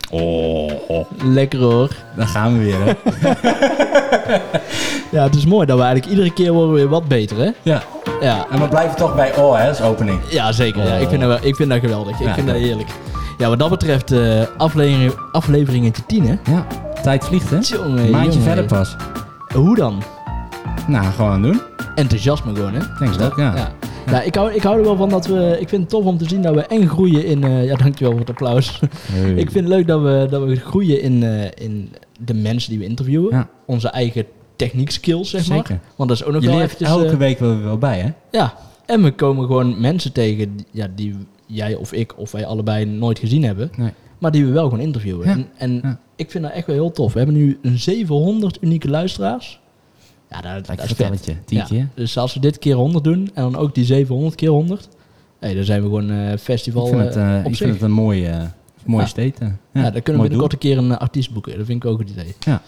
Oh. Lekker hoor. Dan gaan we weer, hè? Ja, het is mooi dat we eigenlijk iedere keer worden weer wat beter, hè? Ja. Ja, En we blijven toch bij hè, als opening. ja zeker. Ja, ik vind dat geweldig. Ik vind dat heerlijk. Ja, wat dat betreft afleveringetje 10, hè? Ja. Tijd vliegt, hè? Jongen, Maandje jongen. verder pas. Hoe dan? Nou, gewoon doen. Enthousiasme gewoon, hè? Denk ik ook, ja. Ja, ik hou er wel van dat we... Ik vind het tof om te zien dat we en groeien in... ja, dankjewel voor het applaus. Hey. Ik vind het leuk dat we groeien in de mensen die we interviewen. Ja. Onze eigen techniek skills, zeg maar. Zeker. Want dat is ook nog Je wel leert eventjes... elke week wel bij, hè? Ja, en we komen gewoon mensen tegen die jij of ik of wij allebei nooit gezien hebben. Nee. Maar die we wel gewoon interviewen. Ja. En ik vind dat echt wel heel tof. We hebben nu een 700 unieke luisteraars. Ja, dat is vet. Getalletje, 10 keer. Dus als we dit keer 100 doen en dan ook die 700 keer 100. Dan zijn we gewoon festival Ik op zich. vind het een mooie state. Ja, dan kunnen we binnenkort een keer een artiest boeken. Dat vind ik ook een goed idee. Ja.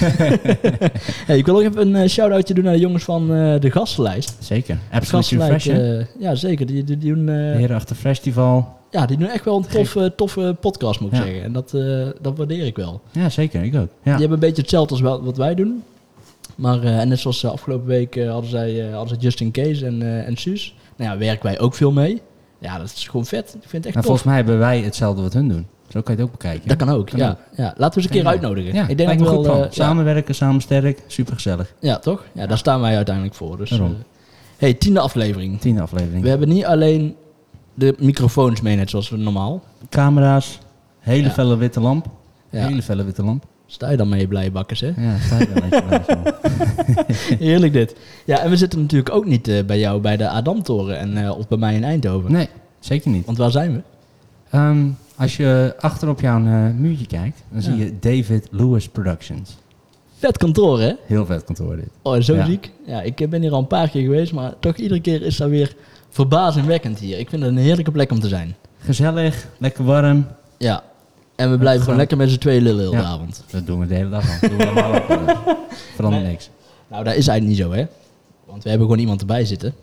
Hey, ik wil ook even een shout-outje doen naar de jongens van de gastenlijst. Zeker. De Absolute Fresh, hè? ja, zeker. Die doen... Heren achter Festival. Ja, die doen echt wel een toffe podcast, moet ik zeggen. En dat waardeer ik wel. Ja, zeker. Ik ook. Ja. Die hebben een beetje hetzelfde als wat wij doen. Maar en net zoals afgelopen week hadden zij Just In Case en Suus. Nou ja, werken wij ook veel mee. Ja, dat is gewoon vet. Ik vind het echt tof. Volgens mij hebben wij hetzelfde wat hun doen. Zo kan je het ook bekijken. Dat kan ook, ja. Laten we eens een keer uitnodigen. Ja, ik denk lijkt me dat goed wel, plan. Samenwerken, samen sterk. Super gezellig. Ja, toch? Ja, daar staan wij uiteindelijk voor. Dus, Daarom. hey, 10e aflevering. 10e aflevering. We hebben niet alleen de microfoons mee, net zoals we normaal. Camera's. Hele felle witte lamp. Ja. Hele felle witte lamp. Sta je dan mee blij bakkers, hè? Ja, sta je wel een beetje bij. Heerlijk dit. Ja, en we zitten natuurlijk ook niet bij jou bij de Adamtoren en of bij mij in Eindhoven. Nee, zeker niet. Want waar zijn we? Als je achter op jouw muurtje kijkt, dan zie je David Lewis Productions. Vet kantoor, hè? Heel vet kantoor dit. Oh, zo Ja. ziek. Ja, ik ben hier al een paar keer geweest, maar toch iedere keer is dat weer verbazingwekkend hier. Ik vind het een heerlijke plek om te zijn. Gezellig, lekker warm. Ja. En we blijven gewoon lekker met z'n tweeën lullen heel de Ja. avond. Dat doen we de hele dag al. Dat doen we allemaal ook. Verandert niks. Nou, dat is eigenlijk niet zo, hè? Want we hebben gewoon iemand erbij zitten.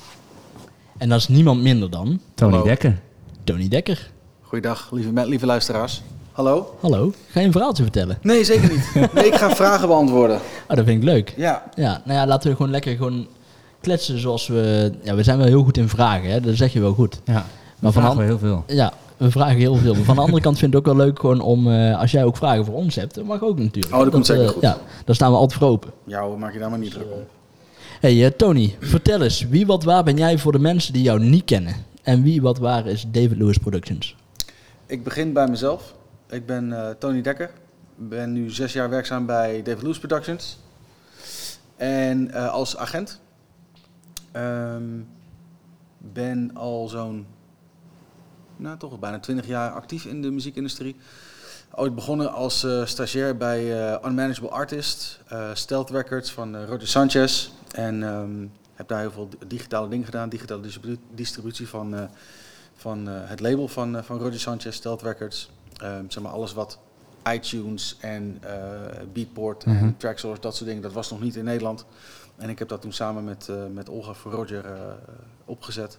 En dat is niemand minder dan Tony Hallo. Dekker. Tony Dekker. Goeiedag, lieve luisteraars. Hallo? Hallo, ga je een verhaaltje vertellen? Nee, zeker niet. Nee, ik ga vragen beantwoorden. Oh, dat vind ik leuk. Ja, Ja, nou ja, laten we gewoon lekker kletsen zoals we... Ja, we zijn wel heel goed in vragen, hè? Dat zeg je wel goed. Ja, Maar maar van vragen we heel veel. Ja, we vragen heel veel. Maar van de andere kant vind ik het ook wel leuk gewoon om... als jij ook vragen voor ons hebt, dat mag ook natuurlijk. Oh, dat komt zeker goed. Ja, daar staan we altijd voor open. ja hoor, maak je daar maar niet druk om. Hey Tony, vertel eens. Wie, wat, waar ben jij voor de mensen die jou niet kennen? En wie, wat, waar is David Lewis Productions? Ik begin bij mezelf. Ik ben Tony Dekker. Ik ben nu 6 jaar werkzaam bij David Lewis Productions. En als agent. Ben al zo'n... Nou, toch al bijna 20 jaar actief in de muziekindustrie. Ooit begonnen als stagiair bij Unmanageable Artist, Stealth Records van Roger Sanchez. En heb daar heel veel digitale dingen gedaan, digitale distributie van het label van Roger Sanchez, Stealth Records. Zeg maar alles wat iTunes en Beatport en Traxsource, dat soort dingen, dat was nog niet in Nederland. En ik heb dat toen samen met Olga voor Roger opgezet.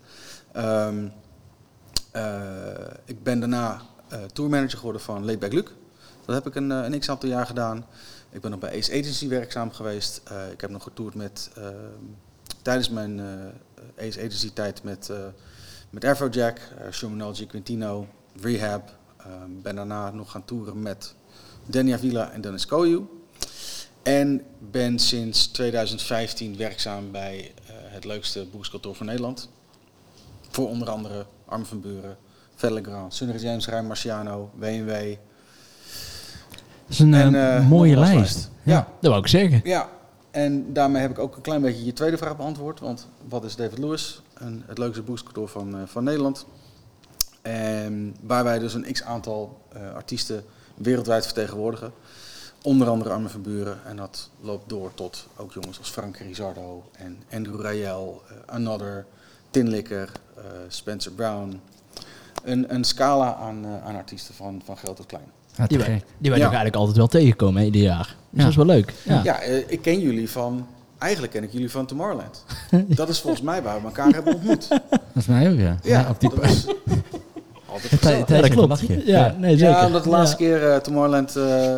Ik ben daarna tourmanager geworden van Laidback Luke. Dat heb ik een x-aantal jaar gedaan. Ik ben nog bij Ace Agency werkzaam geweest. Ik heb nog getoerd tijdens mijn Ace Agency tijd met Afrojack, Shermanology, Quintino, Rehab. Ben daarna nog gaan toeren met Danny Avila en Dennis Koyu. En ben sinds 2015 werkzaam bij het leukste boekskantoor van Nederland. Voor onder andere Armin van Buuren, Vellegrand, Sunny James, Rijn Marciano, W&W. Dat is een mooie lijst. Ja. Dat wou ik zeggen. Ja, en daarmee heb ik ook een klein beetje je tweede vraag beantwoord. Want wat is David Lewis? Het leukste boekskantoor van Nederland. En waar wij dus een x-aantal artiesten wereldwijd vertegenwoordigen. Onder andere Armin van Buuren. En dat loopt door tot ook jongens als Frank Rizardo en Andrew Rayel, Another, Tinlicker, Spencer Brown. Een scala aan artiesten van groot tot klein. Ja, Die te wij gek. toch eigenlijk altijd wel tegenkomen, hè, ieder jaar. Dus dat is wel leuk. Ja. Ja, ik ken jullie eigenlijk ken ik jullie van Tomorrowland. Dat is volgens mij waar we elkaar hebben ontmoet. Dat is mij ook, ja. Ja, op die dat was altijd Ja, gezellig. Thijs dat heeft een klopt. lachje. Ja, nee, zeker. Ja, omdat de laatste Ja. keer Tomorrowland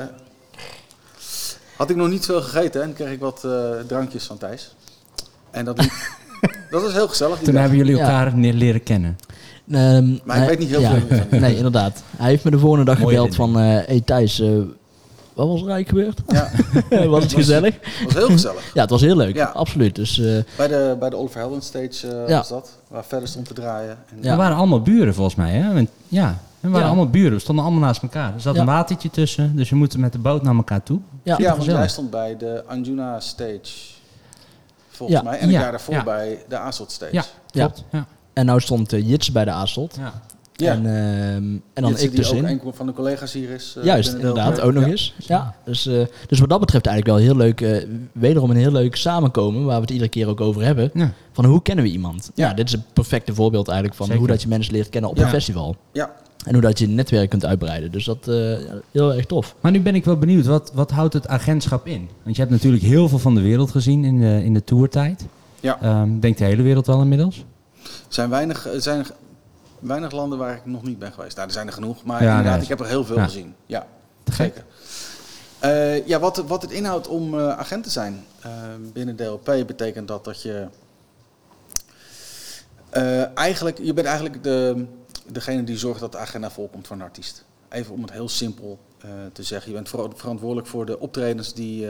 had ik nog niet veel gegeten. En kreeg ik wat drankjes van Thijs. En dat was heel gezellig. die Toen dag. hebben jullie Ja. elkaar leren kennen. Maar ik weet niet heel veel van die. Nee, inderdaad. Hij heeft me de volgende dag Mooie gebeld van... hey Thijs, wat was er eigenlijk gebeurd? Ja, Was het gezellig? het was heel gezellig. Ja, het was heel leuk. Ja. Absoluut. Dus Bij de Oliver Heldens stage Ja. was dat. Waar verder stond te draaien. En, Ja. We waren allemaal buren volgens mij, hè? We waren Ja. allemaal buren. We stonden allemaal naast elkaar. Er zat Ja. een watertje tussen, dus we moeten met de boot naar elkaar toe. ja. Ja, want gezellig. jij stond bij de Anjuna stage. Volgens Ja. mij. En een Ja. jaar daarvoor Ja. bij de Azot stage. Ja, klopt. Ja. En nou stond Jits bij de Aastelt. Ja. Ja. En dan Jitse, ik die dus ook in. een van de collega's hier is. Juist, binnen de inderdaad. LP. Ook nog Ja. eens. Ja. Dus wat dat betreft eigenlijk wel heel leuk. Wederom een heel leuk samenkomen. Waar we het iedere keer ook over hebben. Ja. Van hoe kennen we iemand? Ja, Ja. dit is een perfecte voorbeeld eigenlijk van Zeker. hoe dat je mensen leert kennen op Ja. een festival. Ja. En hoe dat je netwerk kunt uitbreiden. Dus dat heel erg tof. Maar nu ben ik wel benieuwd, wat houdt het agentschap in? Want je hebt natuurlijk heel veel van de wereld gezien in de toertijd. Ja. Denk de hele wereld wel inmiddels? Er zijn weinig landen waar ik nog niet ben geweest. Nou, er zijn er genoeg. Maar Ja, inderdaad, nee. ik heb er heel veel Ja. gezien. Ja, Te gek. zeker. Ja, wat het inhoudt om agent te zijn binnen DLP betekent dat je je bent eigenlijk degene die zorgt dat de agenda volkomt van de artiest. Even om het heel simpel te zeggen. Je bent verantwoordelijk voor de optredens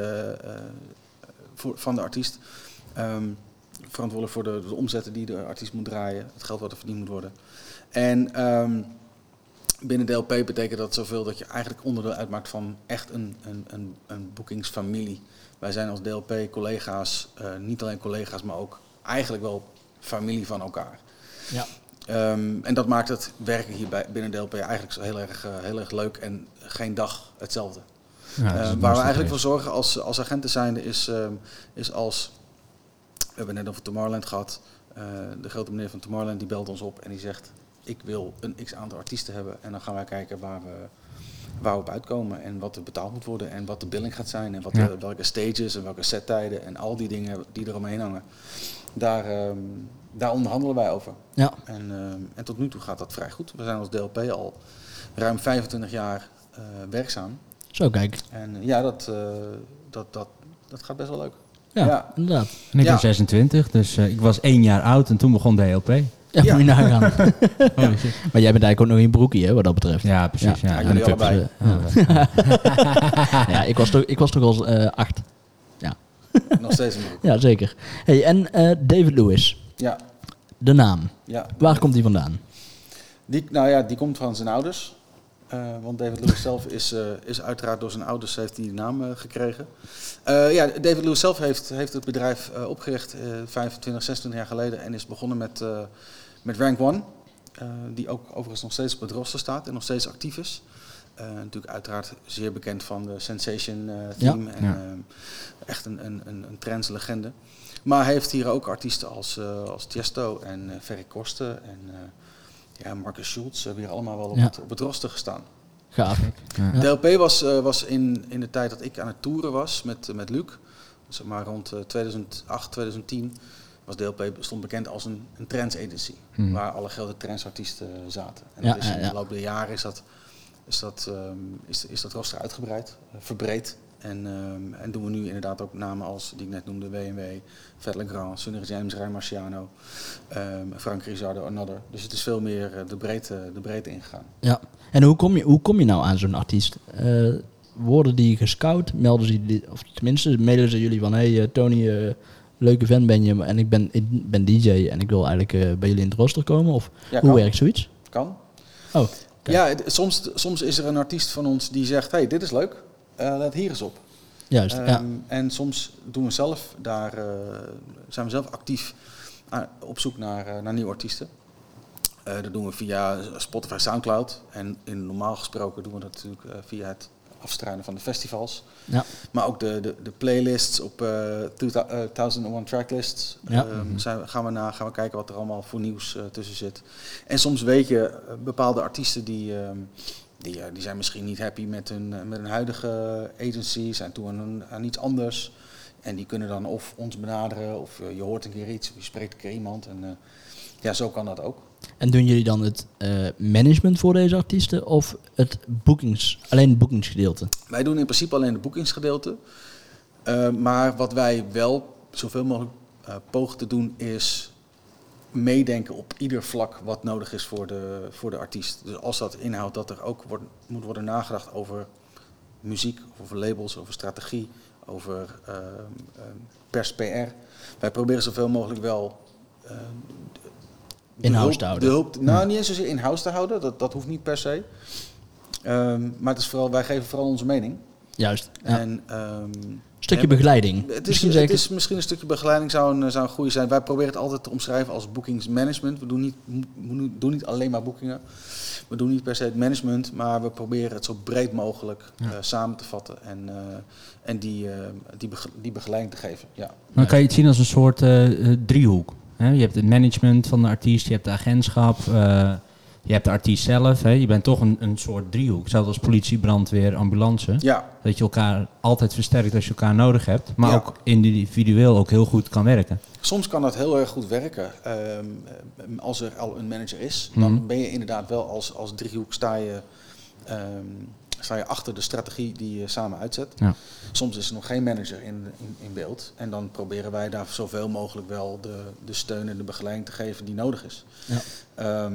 van de artiest. Verantwoordelijk voor de omzetten die de artiest moet draaien. Het geld wat er verdiend moet worden. En binnen DLP betekent dat zoveel dat je eigenlijk onderdeel uitmaakt van echt een boekingsfamilie. Wij zijn als DLP collega's, niet alleen collega's, maar ook eigenlijk wel familie van elkaar. Ja. En dat maakt het werken hier binnen DLP eigenlijk zo heel erg leuk en geen dag hetzelfde. Ja, dat is het Waar we mooiste eigenlijk voor geweest. zorgen als agenten zijnde is als... We hebben net over Tomorrowland gehad. De grote meneer van Tomorrowland die belt ons op en die zegt... ik wil een x-aantal artiesten hebben en dan gaan wij kijken waar we op uitkomen. En wat er betaald moet worden en wat de billing gaat zijn. En welke stages en welke settijden en al die dingen die eromheen hangen. Daar onderhandelen wij over. Ja. En tot nu toe gaat dat vrij goed. We zijn als DLP al ruim 25 jaar werkzaam. Zo, kijk. En ja, dat gaat best wel leuk. Ja, Ja. inderdaad. En ik Ja. ben 26, dus ik was 1 jaar oud en toen begon DLP. Ja, Ja. moet je nagaan. Holy shit. Maar jij bent eigenlijk ook nog in broekie, hè, wat dat betreft. Ja, precies. Ja. Ja, aan jullie de pubs, allebei. Ja, ik was toch al 8. Nog steeds een broek. Ja, zeker. Hey, en David Lewis, Ja, de naam. ja. Waar komt die vandaan? Die komt van zijn ouders. Want David Lewis zelf is uiteraard door zijn ouders heeft die naam gekregen. David Lewis zelf heeft het bedrijf opgericht 25, 26 jaar geleden en is begonnen met Rank One. Die ook overigens nog steeds op het roster staat en nog steeds actief is. Natuurlijk uiteraard zeer bekend van de Sensation theme. En echt een trance-legende. Maar hij heeft hier ook artiesten als Tiesto en Ferry Korsten en Marcus Schulz hebben hier allemaal wel op het roster gestaan. Gaaf. Ja. DLP was in de tijd dat ik aan het toeren was met Luc, zeg maar rond 2008, 2010, was DLP stond bekend als een trance agency, waar alle grote trance artiesten zaten. En dat is in de loop der jaren is dat roster uitgebreid, verbreed. En doen we nu inderdaad ook namen als, die ik net noemde, W&W, Fat Legrand, Sunny James, Ray Marciano, Frank Rizardo, Another. Dus het is veel meer de breedte ingegaan. Ja. En hoe kom je nou aan zo'n artiest? Worden die gescout? Melden ze die, of tenminste mailen ze jullie van... Hey Tony, leuke vent ben je en ik ben DJ en ik wil eigenlijk bij jullie in het roster komen? Of Ja, hoe kan. werkt zoiets? Kan. Oh, Ja, soms is er een artiest van ons die zegt, hey, dit is leuk, let hier eens op. juist. Ja. En soms doen we zelf zijn we zelf actief op zoek naar nieuwe artiesten. Dat doen we via Spotify, Soundcloud. En normaal gesproken doen we dat natuurlijk via het afstruinen van de festivals. Ja. Maar ook de playlists op 2001 tracklists. Ja. Gaan we kijken wat er allemaal voor nieuws tussen zit. En soms weet je, bepaalde artiesten die zijn misschien niet happy met hun huidige agency, zijn toe aan iets anders. En die kunnen dan of ons benaderen, of je hoort een keer iets, of je spreekt een keer iemand. En zo kan dat ook. En doen jullie dan het management voor deze artiesten of alleen het boekingsgedeelte? Wij doen in principe alleen het boekingsgedeelte. Maar wat wij wel zoveel mogelijk pogen te doen is meedenken op ieder vlak wat nodig is voor de artiest. Dus als dat inhoudt dat er ook moet worden nagedacht over muziek, over labels, over strategie, over pers PR. Wij proberen zoveel mogelijk wel in-house te houden. Niet eens zozeer in-house te houden, dat hoeft niet per se. Maar het is wij geven vooral onze mening. Juist. Ja. En, stukje begeleiding. Het is misschien een stukje begeleiding zou een goede zijn. Wij proberen het altijd te omschrijven als boekingsmanagement. We doen niet alleen maar boekingen. We doen niet per se het management, maar we proberen het zo breed mogelijk samen te vatten en die begeleiding te geven. Ja. Dan kan je het zien als een soort driehoek. Hè? Je hebt het management van de artiest, je hebt de agentschap, je hebt de artiest zelf. Hè? Je bent toch een soort driehoek. Hetzelfde als politie, brandweer, ambulance. Ja. Dat je elkaar altijd versterkt als je elkaar nodig hebt. Maar ook individueel ook heel goed kan werken. Soms kan dat heel erg goed werken. Als er al een manager is, dan ben je inderdaad wel als driehoek sta je achter de strategie die je samen uitzet. Ja. Soms is er nog geen manager in beeld. En dan proberen wij daar zoveel mogelijk wel de steun en de begeleiding te geven die nodig is. Ja.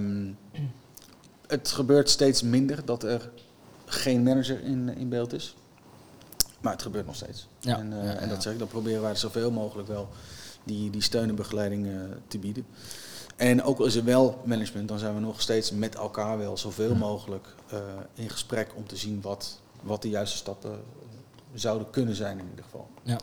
Het gebeurt steeds minder dat er geen manager in beeld is. Maar het gebeurt nog steeds. Ja. En dat zeg ik, dan proberen wij zoveel mogelijk wel die steun en begeleiding te bieden. En ook al is er wel management, dan zijn we nog steeds met elkaar wel zoveel mogelijk in gesprek om te zien wat de juiste stappen zouden kunnen zijn in ieder geval. Ja,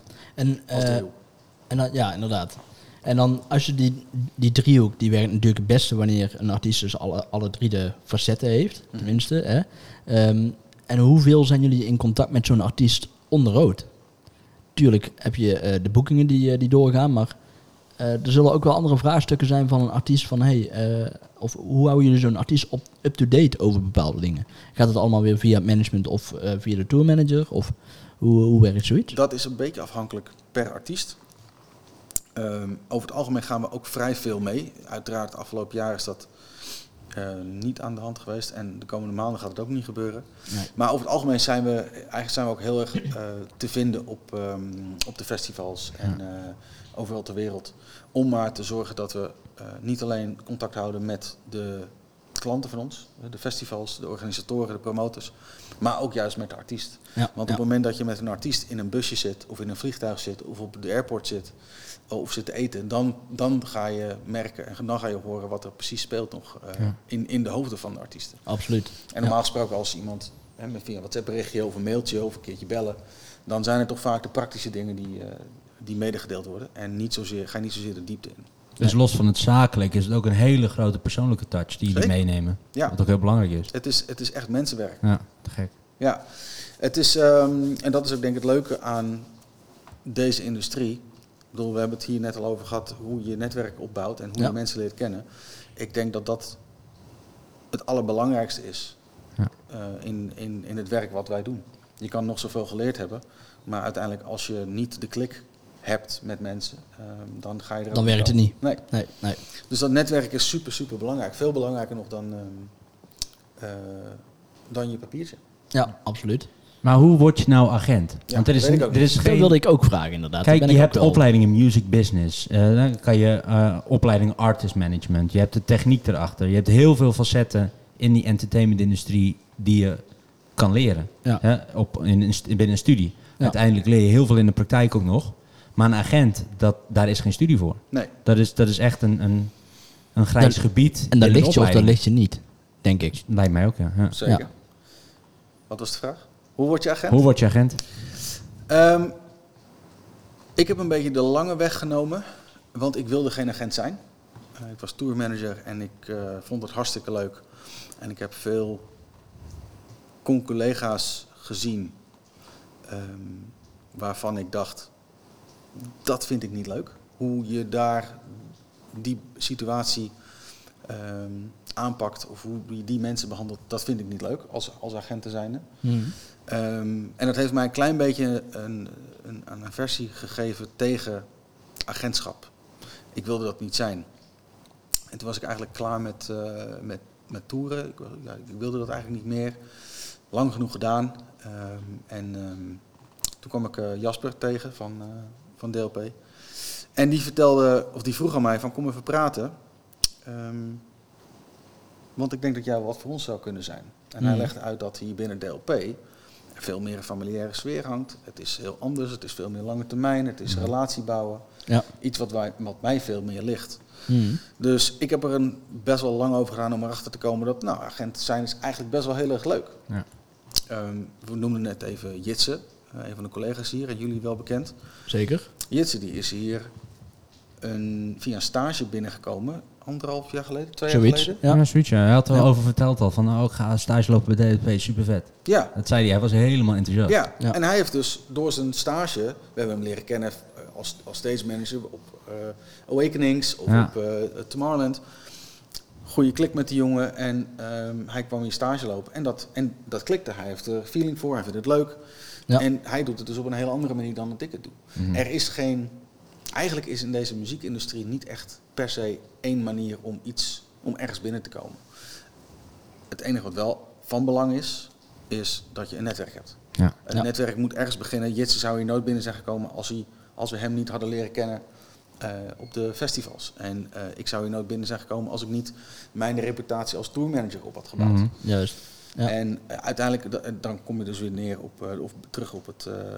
en dan, ja, inderdaad. En dan als je die driehoek, die werkt natuurlijk het beste wanneer een artiest dus alle drie de facetten heeft, tenminste. Hè? En hoeveel zijn jullie in contact met zo'n artiest on the road? Tuurlijk heb je de boekingen die doorgaan, maar er zullen ook wel andere vraagstukken zijn van een artiest van of hoe houden jullie zo'n artiest up-to-date over bepaalde dingen? Gaat het allemaal weer via het management of via de tourmanager? Of hoe werkt zoiets? Dat is een beetje afhankelijk per artiest. Over het algemeen gaan we ook vrij veel mee. Uiteraard, het afgelopen jaar is dat niet aan de hand geweest. En de komende maanden gaat het ook niet gebeuren. Nee. Maar over het algemeen zijn we ook heel erg te vinden op de festivals en overal ter wereld. Om maar te zorgen dat we niet alleen contact houden met de klanten van ons, de festivals, de organisatoren, de promotors, maar ook juist met de artiest. Ja, want op het moment dat je met een artiest in een busje zit, of in een vliegtuig zit, of op de airport zit, of zit te eten, dan ga je merken en dan ga je horen wat er precies speelt nog in de hoofden van de artiesten. Absoluut. En normaal gesproken als iemand via een WhatsApp berichtje of een mailtje of een keertje bellen, dan zijn er toch vaak de praktische dingen die medegedeeld worden en ga je niet zozeer de diepte in. Dus los van het zakelijk is het ook een hele grote persoonlijke touch die jullie meenemen. Ja. Wat ook heel belangrijk is. Het is echt mensenwerk. Ja, te gek. Ja, het is, en dat is ook denk ik het leuke aan deze industrie. Ik bedoel, we hebben het hier net al over gehad hoe je netwerk opbouwt en hoe je mensen leert kennen. Ik denk dat dat het allerbelangrijkste is in het werk wat wij doen. Je kan nog zoveel geleerd hebben, maar uiteindelijk als je niet de klik hebt met mensen, dan ga je er. Dan werkt het niet. Nee. Dus dat netwerk is super, super belangrijk. Veel belangrijker nog dan je papiertje. Ja, absoluut. Maar hoe word je nou agent? Ja, want er is geen... Dat wilde ik ook vragen, inderdaad. Kijk, je hebt opleidingen music business. Dan kan je opleiding artist management. Je hebt de techniek erachter. Je hebt heel veel facetten in die entertainment-industrie die je kan leren. Ja. Binnen een studie. Ja. Uiteindelijk leer je heel veel in de praktijk ook nog. Maar een agent, daar is geen studie voor. Nee. Dat is echt een grijs gebied. En daar ligt je of daar ligt je niet, denk ik. Lijkt mij ook, ja. Zeker. Ja. Wat was de vraag? Hoe word je agent? Hoe word je agent? Ik heb een beetje de lange weg genomen, want ik wilde geen agent zijn. Ik was tourmanager en ik vond het hartstikke leuk. En ik heb veel collega's gezien waarvan ik dacht, dat vind ik niet leuk. Hoe je daar die situatie aanpakt of hoe je die mensen behandelt, dat vind ik niet leuk als agenten zijnde. En dat heeft mij een klein beetje een aversie gegeven tegen agentschap. Ik wilde dat niet zijn. En toen was ik eigenlijk klaar met toeren. Ik wilde dat eigenlijk niet meer. Lang genoeg gedaan. Toen kwam ik Jasper tegen van DLP. En die vroeg aan mij van kom even praten. Want ik denk dat jij wat voor ons zou kunnen zijn. En hij legde uit dat hier binnen DLP veel meer een familiaire sfeer hangt. Het is heel anders, het is veel meer lange termijn, het is relatie bouwen. Ja. Iets wat mij veel meer ligt. Dus ik heb er best wel lang over gedaan om erachter te komen dat agent zijn is eigenlijk best wel heel erg leuk. Ja. We noemden net even Jitse, een van de collega's hier en jullie wel bekend. Zeker. Jitse die is hier via een stage binnengekomen, 1,5 jaar geleden, 2 jaar geleden. Ja, zoiets. Ja. Hij had er al over verteld al, van ik ga stage lopen bij DLP, super vet. Ja. Dat zei hij was helemaal enthousiast. Ja, en hij heeft dus door zijn stage, we hebben hem leren kennen als stage manager op Awakenings of op Tomorrowland. Goeie klik met die jongen en hij kwam hier stage lopen en dat klikte. Hij heeft er feeling voor, hij vindt het leuk. Ja. En hij doet het dus op een hele andere manier dan dat ik het doe. Mm-hmm. Eigenlijk is in deze muziekindustrie niet echt per se één manier om ergens binnen te komen. Het enige wat wel van belang is dat je een netwerk hebt. Ja. Een netwerk moet ergens beginnen. Jitse zou hier nooit binnen zijn gekomen als we hem niet hadden leren kennen op de festivals. En ik zou hier nooit binnen zijn gekomen als ik niet mijn reputatie als tourmanager op had gebouwd. Mm-hmm. Juist. Ja. En uiteindelijk dan kom je dus weer neer terug op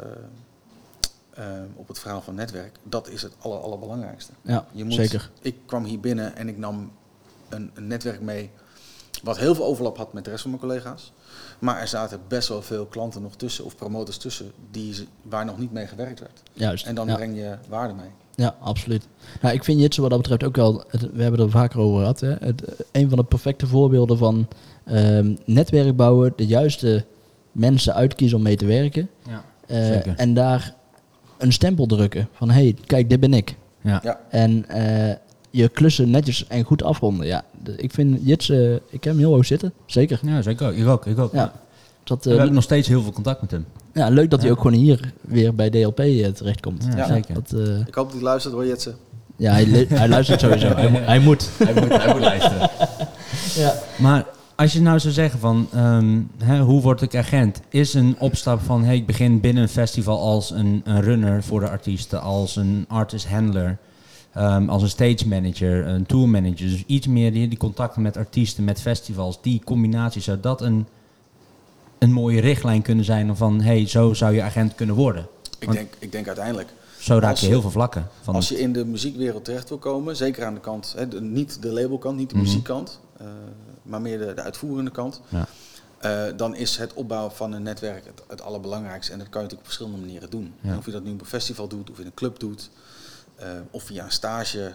het verhaal van netwerk. Dat is het allerbelangrijkste. Ja, zeker. Ik kwam hier binnen en ik nam een netwerk mee wat heel veel overlap had met de rest van mijn collega's. Maar er zaten best wel veel klanten nog tussen of promotors tussen waar nog niet mee gewerkt werd. Juist. En dan breng je waarde mee. Ja, absoluut. Nou, ik vind Jitse wat dat betreft ook wel, we hebben er vaker over gehad, hè, een van de perfecte voorbeelden van netwerk bouwen, de juiste mensen uitkiezen om mee te werken. Ja, en daar een stempel drukken van kijk, dit ben ik. Ja. En je klussen netjes en goed afronden. Ja, ik vind Jitse, ik heb hem heel hoog zitten. Zeker. Ja, zeker. Ik ook. Ja. We hebben nog steeds heel veel contact met hem. Ja, leuk dat hij ook gewoon hier weer bij DLP terechtkomt. Ja, zeker. Ik hoop dat hij luistert hoor, Jitse. Ja, hij luistert sowieso. Hij moet luisteren. Ja. Maar als je nou zou zeggen van, hoe word ik agent? Is een opstap van, ik begin binnen een festival als een runner voor de artiesten, als een artist handler, als een stage manager, een tour manager. Dus iets meer die contacten met artiesten, met festivals, die combinatie, zou dat een mooie richtlijn kunnen zijn van, zo zou je agent kunnen worden? Ik denk uiteindelijk. Zo raak je heel veel vlakken. Als je in de muziekwereld terecht wil komen, zeker aan de kant, niet de labelkant, niet de muziekkant, maar meer de uitvoerende kant. Ja. Dan is het opbouwen van een netwerk het allerbelangrijkste. En dat kan je natuurlijk op verschillende manieren doen. Ja. Of je dat nu op een festival doet, of in een club doet, of via een stage.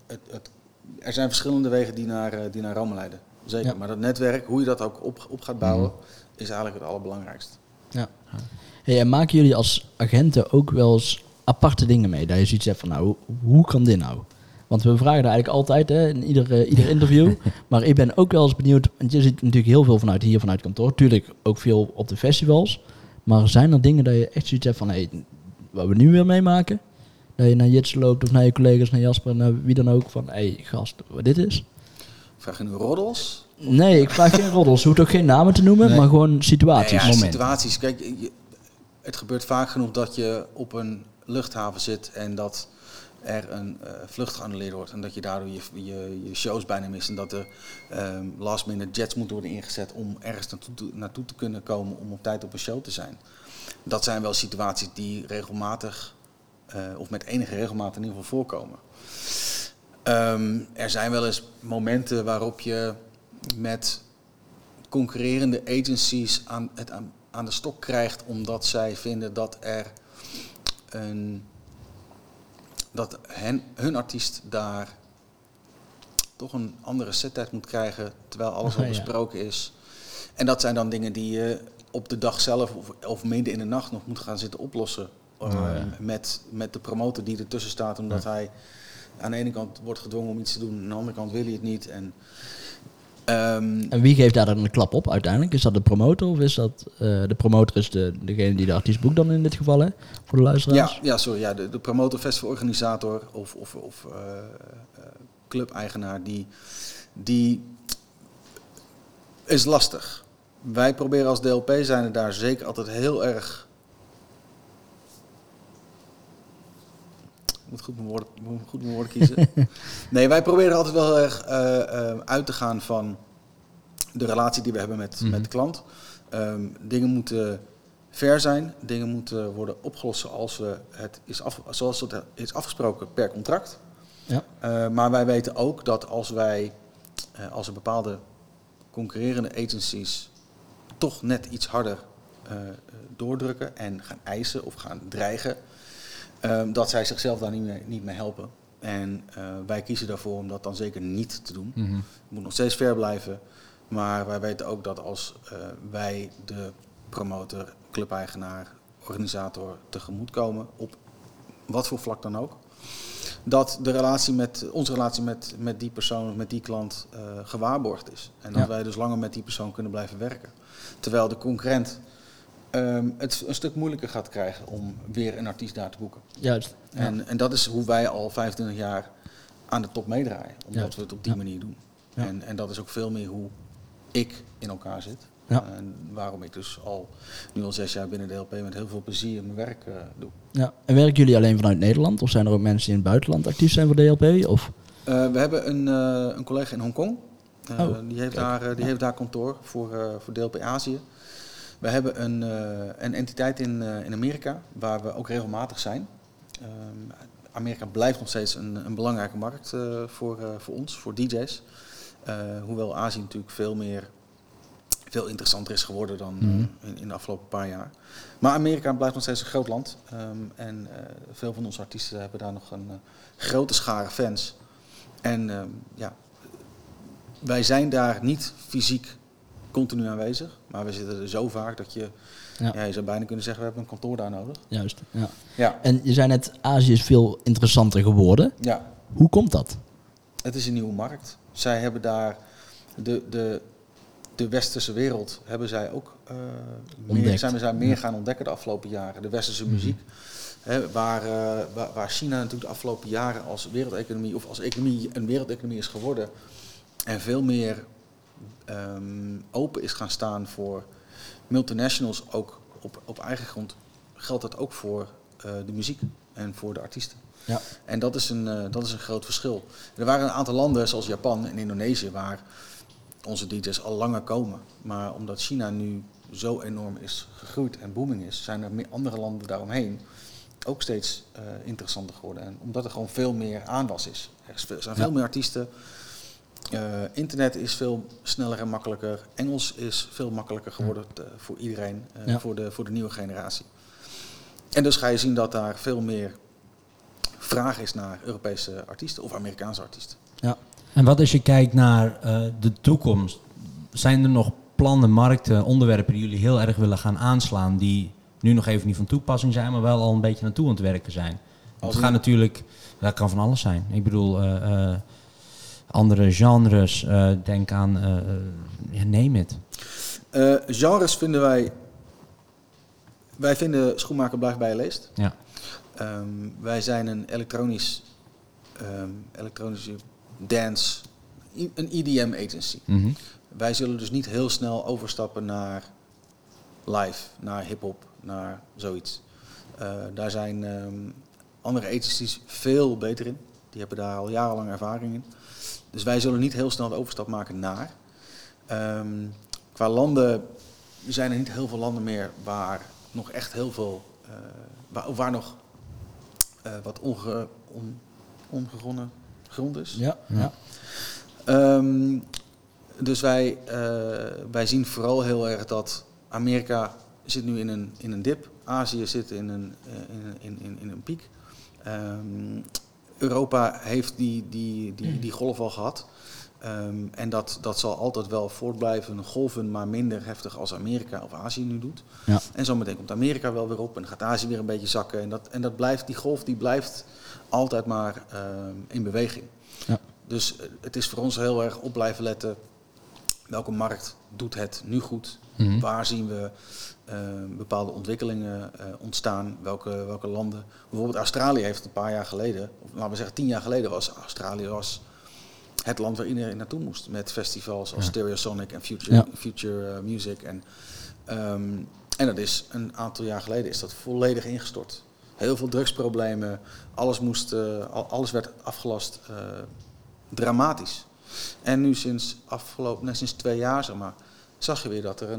Er zijn verschillende wegen die naar Rome leiden. Zeker. Ja. Maar dat netwerk, hoe je dat ook op gaat bouwen, is eigenlijk het allerbelangrijkste. Ja. En maken jullie als agenten ook wel eens aparte dingen mee? Dat je zoiets hebt van, hoe kan dit nou? Want we vragen daar eigenlijk altijd in ieder interview. Maar ik ben ook wel eens benieuwd, want je ziet natuurlijk heel veel vanuit kantoor. Tuurlijk ook veel op de festivals. Maar zijn er dingen dat je echt zoiets hebt van, wat we nu weer meemaken? Dat je naar Jitse loopt of naar je collega's, naar Jasper, naar wie dan ook. Van, gast, wat dit is? Vraag je nu roddels? Nee, ik vraag geen roddels. Je hoeft ook geen namen te noemen, maar gewoon situaties. Nee, situaties. Kijk, het gebeurt vaak genoeg dat je op een luchthaven zit en dat er een vlucht geannuleerd wordt en dat je daardoor je shows bijna mist en dat er last minute jets moeten worden ingezet om ergens naartoe te kunnen komen om op tijd op een show te zijn. Dat zijn wel situaties die regelmatig of met enige regelmaat in ieder geval voorkomen. Er zijn wel eens momenten waarop je met concurrerende agencies aan de stok krijgt omdat zij vinden dat hun artiest daar toch een andere settijd moet krijgen terwijl alles al besproken is. En dat zijn dan dingen die je op de dag zelf of midden in de nacht nog moet gaan zitten oplossen. Met de promotor die ertussen staat, omdat hij aan de ene kant wordt gedwongen om iets te doen, aan de andere kant wil hij het niet. En wie geeft daar dan een klap op uiteindelijk? Is dat de promotor of is dat de promotor is degene die de artiest boekt dan in dit geval, hè? Voor de luisteraars? De promotor, festivalorganisator of club-eigenaar die is lastig. Wij proberen als DLP zijn er daar zeker altijd heel erg... Ik moet goed mijn woorden kiezen. Nee, wij proberen altijd wel heel erg uit te gaan van de relatie die we hebben met de klant. Dingen moeten fair zijn. Dingen moeten worden opgelost zoals het is afgesproken per contract. Ja. Maar wij weten ook dat als er bepaalde concurrerende agencies toch net iets harder doordrukken en gaan eisen of gaan dreigen, dat zij zichzelf daar niet mee helpen. En wij kiezen daarvoor om dat dan zeker niet te doen. Het moet nog steeds fair blijven. Maar wij weten ook dat als wij de promotor, clubeigenaar, organisator tegemoetkomen, op wat voor vlak dan ook, dat onze relatie met die persoon, met die klant gewaarborgd is. En dat wij dus langer met die persoon kunnen blijven werken. Terwijl de concurrent het een stuk moeilijker gaat krijgen om weer een artiest daar te boeken. Juist. Ja. En dat is hoe wij al 25 jaar aan de top meedraaien. Omdat we het op die manier doen. Ja. En dat is ook veel meer hoe ik in elkaar zit. Ja. En waarom ik dus nu al 6 jaar binnen de LP met heel veel plezier mijn werk doe. Ja. En werken jullie alleen vanuit Nederland? Of zijn er ook mensen die in het buitenland actief zijn voor DLP? Of? We hebben een collega in Hongkong. Die heeft daar kantoor voor DLP Azië. We hebben een entiteit in Amerika waar we ook regelmatig zijn. Amerika blijft nog steeds een belangrijke markt voor ons, voor DJ's. Hoewel Azië natuurlijk veel interessanter is geworden dan in de afgelopen paar jaar. Maar Amerika blijft nog steeds een groot land. En veel van onze artiesten hebben daar nog een grote schare fans. En wij zijn daar niet fysiek continu aanwezig. Maar we zitten er zo vaak dat je zou bijna kunnen zeggen, we hebben een kantoor daar nodig. Juist, ja. En je zei net, Azië is veel interessanter geworden. Ja. Hoe komt dat? Het is een nieuwe markt. Zij hebben daar de westerse wereld hebben zij ook meer gaan ontdekken de afgelopen jaren. De westerse muziek. Waar China natuurlijk de afgelopen jaren als wereldeconomie of als economie een wereldeconomie is geworden. En veel meer open is gaan staan voor multinationals, ook op eigen grond, geldt dat ook voor de muziek en voor de artiesten. Ja. En dat is een groot verschil. Er waren een aantal landen zoals Japan en Indonesië waar onze DJ's al langer komen. Maar omdat China nu zo enorm is gegroeid en booming is, zijn er meer andere landen daaromheen ook steeds interessanter geworden. En omdat er gewoon veel meer aanwas is. Er zijn veel meer artiesten. Internet is veel sneller en makkelijker. Engels is veel makkelijker geworden voor iedereen, voor de nieuwe generatie. En dus ga je zien dat daar veel meer vraag is naar Europese artiesten of Amerikaanse artiesten. Ja. En wat als je kijkt naar de toekomst? Zijn er nog plannen, markten, onderwerpen die jullie heel erg willen gaan aanslaan, die nu nog even niet van toepassing zijn, maar wel al een beetje naartoe aan het werken zijn? Het gaat natuurlijk, dat kan van alles zijn. Ik bedoel, andere genres, denk aan, name it. Genres vinden wij vinden Schoenmaker blijft bij je leest. Ja. Wij zijn een elektronische dance, een EDM agency. Mm-hmm. Wij zullen dus niet heel snel overstappen naar live, naar hip-hop, naar zoiets. Daar zijn andere agencies veel beter in. Die hebben daar al jarenlang ervaring in. Dus wij zullen niet heel snel de overstap maken naar. Qua landen zijn er niet heel veel landen meer waar nog echt heel veel, waar nog wat ongegonnen grond is. Ja. Dus wij zien vooral heel erg dat Amerika zit nu in een dip. Azië zit in een piek. Europa heeft die golf al gehad. En dat zal altijd wel voortblijven golven, maar minder heftig als Amerika of Azië nu doet. Ja. En zometeen komt Amerika wel weer op en dan gaat Azië weer een beetje zakken. En dat blijft, die golf die blijft altijd maar in beweging. Ja. Dus het is voor ons heel erg op blijven letten. Welke markt doet het nu goed? Mm-hmm. Waar zien we bepaalde ontwikkelingen ontstaan? Welke landen? Bijvoorbeeld Australië heeft een paar jaar geleden, of laten we zeggen 10 jaar geleden, was Australië het land waar iedereen naartoe moest. Met festivals als Stereosonic en Future Music. En dat is een aantal jaar geleden is dat volledig ingestort. Heel veel drugsproblemen, alles werd afgelast, dramatisch. En nu sinds 2 jaar, zeg maar, zag je weer dat er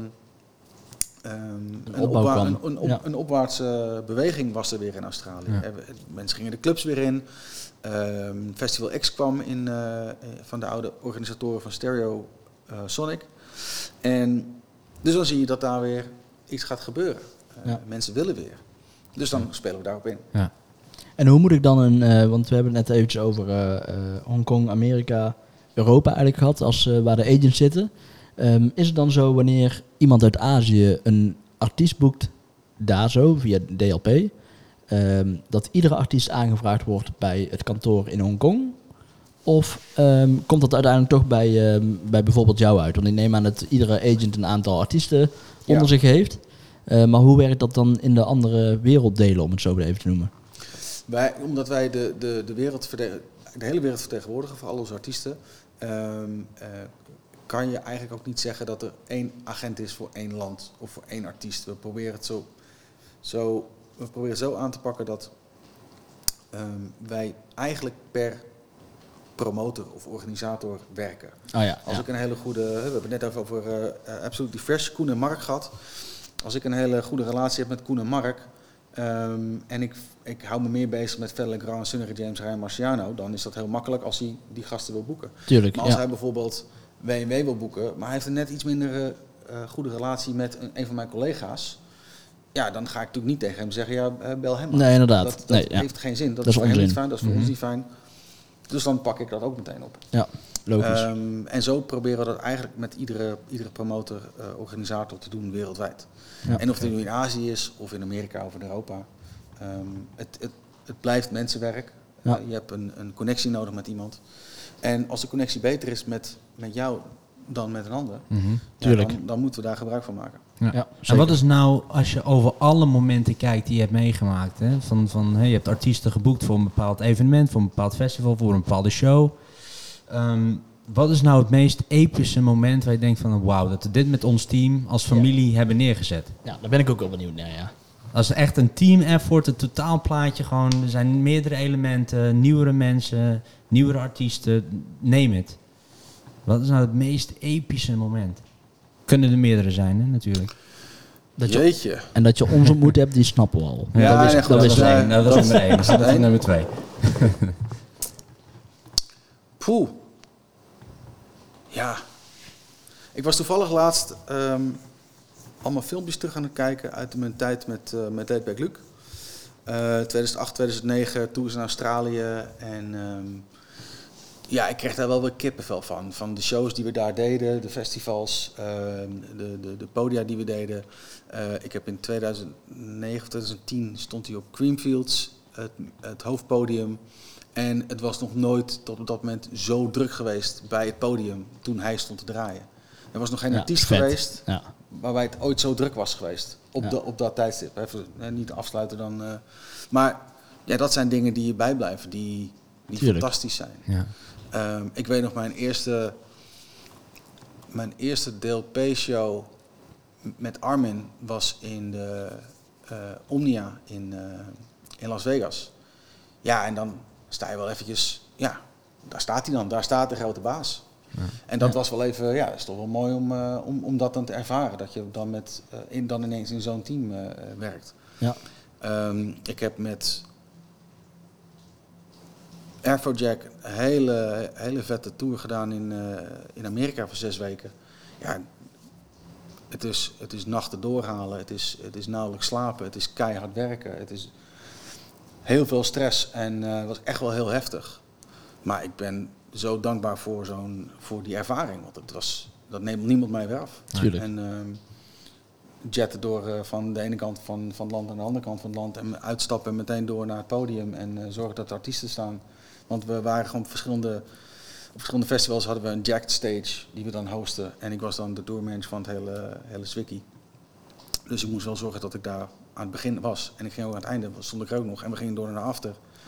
een opwaartse beweging was er weer in Australië. Ja. Mensen gingen de clubs weer in. Festival X kwam van de oude organisatoren van Stereosonic. En dus dan zie je dat daar weer iets gaat gebeuren. Mensen willen weer. Dus dan spelen we daarop in. Ja. En hoe moet ik dan want we hebben het net eventjes over Hongkong, Amerika, Europa eigenlijk gehad, waar de agents zitten. Is het dan zo wanneer iemand uit Azië een artiest boekt, daar zo, via DLP, dat iedere artiest aangevraagd wordt bij het kantoor in Hongkong? Of komt dat uiteindelijk toch bij bijvoorbeeld jou uit? Want ik neem aan dat iedere agent een aantal artiesten onder zich heeft. Maar hoe werkt dat dan in de andere werelddelen, om het zo even te noemen? Omdat wij de hele wereld vertegenwoordigen voor al onze artiesten, kan je eigenlijk ook niet zeggen dat er 1 agent is voor 1 land of voor 1 artiest. We proberen het zo aan te pakken dat wij eigenlijk per promotor of organisator werken. Als ik een hele goede, we hebben het net even over Absolutely Fresh, Koen en Mark gehad. Als ik een hele goede relatie heb met Koen en Mark, en ik hou me meer bezig met Fedde Le Grand, Sunnery James, Ryan Marciano, dan is dat heel makkelijk als hij die gasten wil boeken. Tuurlijk, maar als hij bijvoorbeeld W&W wil boeken, maar hij heeft een net iets minder goede relatie met een van mijn collega's, ja, dan ga ik natuurlijk niet tegen hem zeggen, bel hem maar. Nee, inderdaad. Dat heeft geen zin. Dat is voor hem niet fijn, dat is voor ons niet fijn. Dus dan pak ik dat ook meteen op. Ja, logisch. En zo proberen we dat eigenlijk met iedere promotor, organisator te doen wereldwijd. Ja, en of het nu in Azië is, of in Amerika of in Europa. Het blijft mensenwerk. Ja. Je hebt een connectie nodig met iemand. En als de connectie beter is met jou dan met een ander, dan moeten we daar gebruik van maken. Ja. Ja, en wat is nou, als je over alle momenten kijkt die je hebt meegemaakt, hè? Je hebt artiesten geboekt voor een bepaald evenement, voor een bepaald festival, voor een bepaalde show. Wat is nou het meest epische moment waar je denkt van wauw, dat we dit met ons team als familie hebben neergezet? Ja, daar ben ik ook wel benieuwd naar, ja. Als echt een team effort, een totaalplaatje gewoon, er zijn meerdere elementen, nieuwere mensen, nieuwere artiesten, name it. Wat is nou het meest epische moment? Kunnen er meerdere zijn, hè, natuurlijk. Jeetje. En dat je ons ontmoet hebt, die snappen we al. Ja, dat is nummer 1. Dus dat is nummer 2. Poeh. Ja. Ik was toevallig laatst allemaal filmpjes terug aan het kijken uit mijn tijd met Laidback Luke. 2008, 2009, tours in Australië. En ik kreeg daar wel weer kippenvel van. Van de shows die we daar deden, de festivals, de podia die we deden. Ik heb in 2009 of 2010 stond hij op Creamfields, het hoofdpodium. En het was nog nooit tot op dat moment zo druk geweest bij het podium toen hij stond te draaien. Er was nog geen artiest geweest waarbij het ooit zo druk was geweest op dat tijdstip. Even niet afsluiten dan. Maar ja, dat zijn dingen die je bijblijven, die fantastisch zijn. Ja. Ik weet nog mijn eerste DLP-show met Armin was in de Omnia in Las Vegas. Ja, en dan sta je wel eventjes, daar staat hij dan, daar staat de grote baas. Ja. En dat was wel even, dat is toch wel mooi om dat dan te ervaren, dat je dan dan ineens in zo'n team werkt. Ja. Ik heb met Afrojack een hele vette tour gedaan in Amerika voor 6 weken. Ja, het is nachten doorhalen, het is nauwelijks slapen, het is keihard werken, het is heel veel stress en het was echt wel heel heftig. Maar ik ben zo dankbaar voor die ervaring, want dat neemt niemand mij weer af. Tuurlijk. En jetten door van de ene kant van het land naar de andere kant van het land en uitstappen en meteen door naar het podium en zorgen dat er artiesten staan. Want we waren gewoon op verschillende festivals hadden we een jacked stage die we dan hosten. En ik was dan de tourmanager van het hele Zwicky. Dus ik moest wel zorgen dat ik daar aan het begin was. En ik ging ook aan het einde, stond ik er ook nog. En we gingen door naar de after.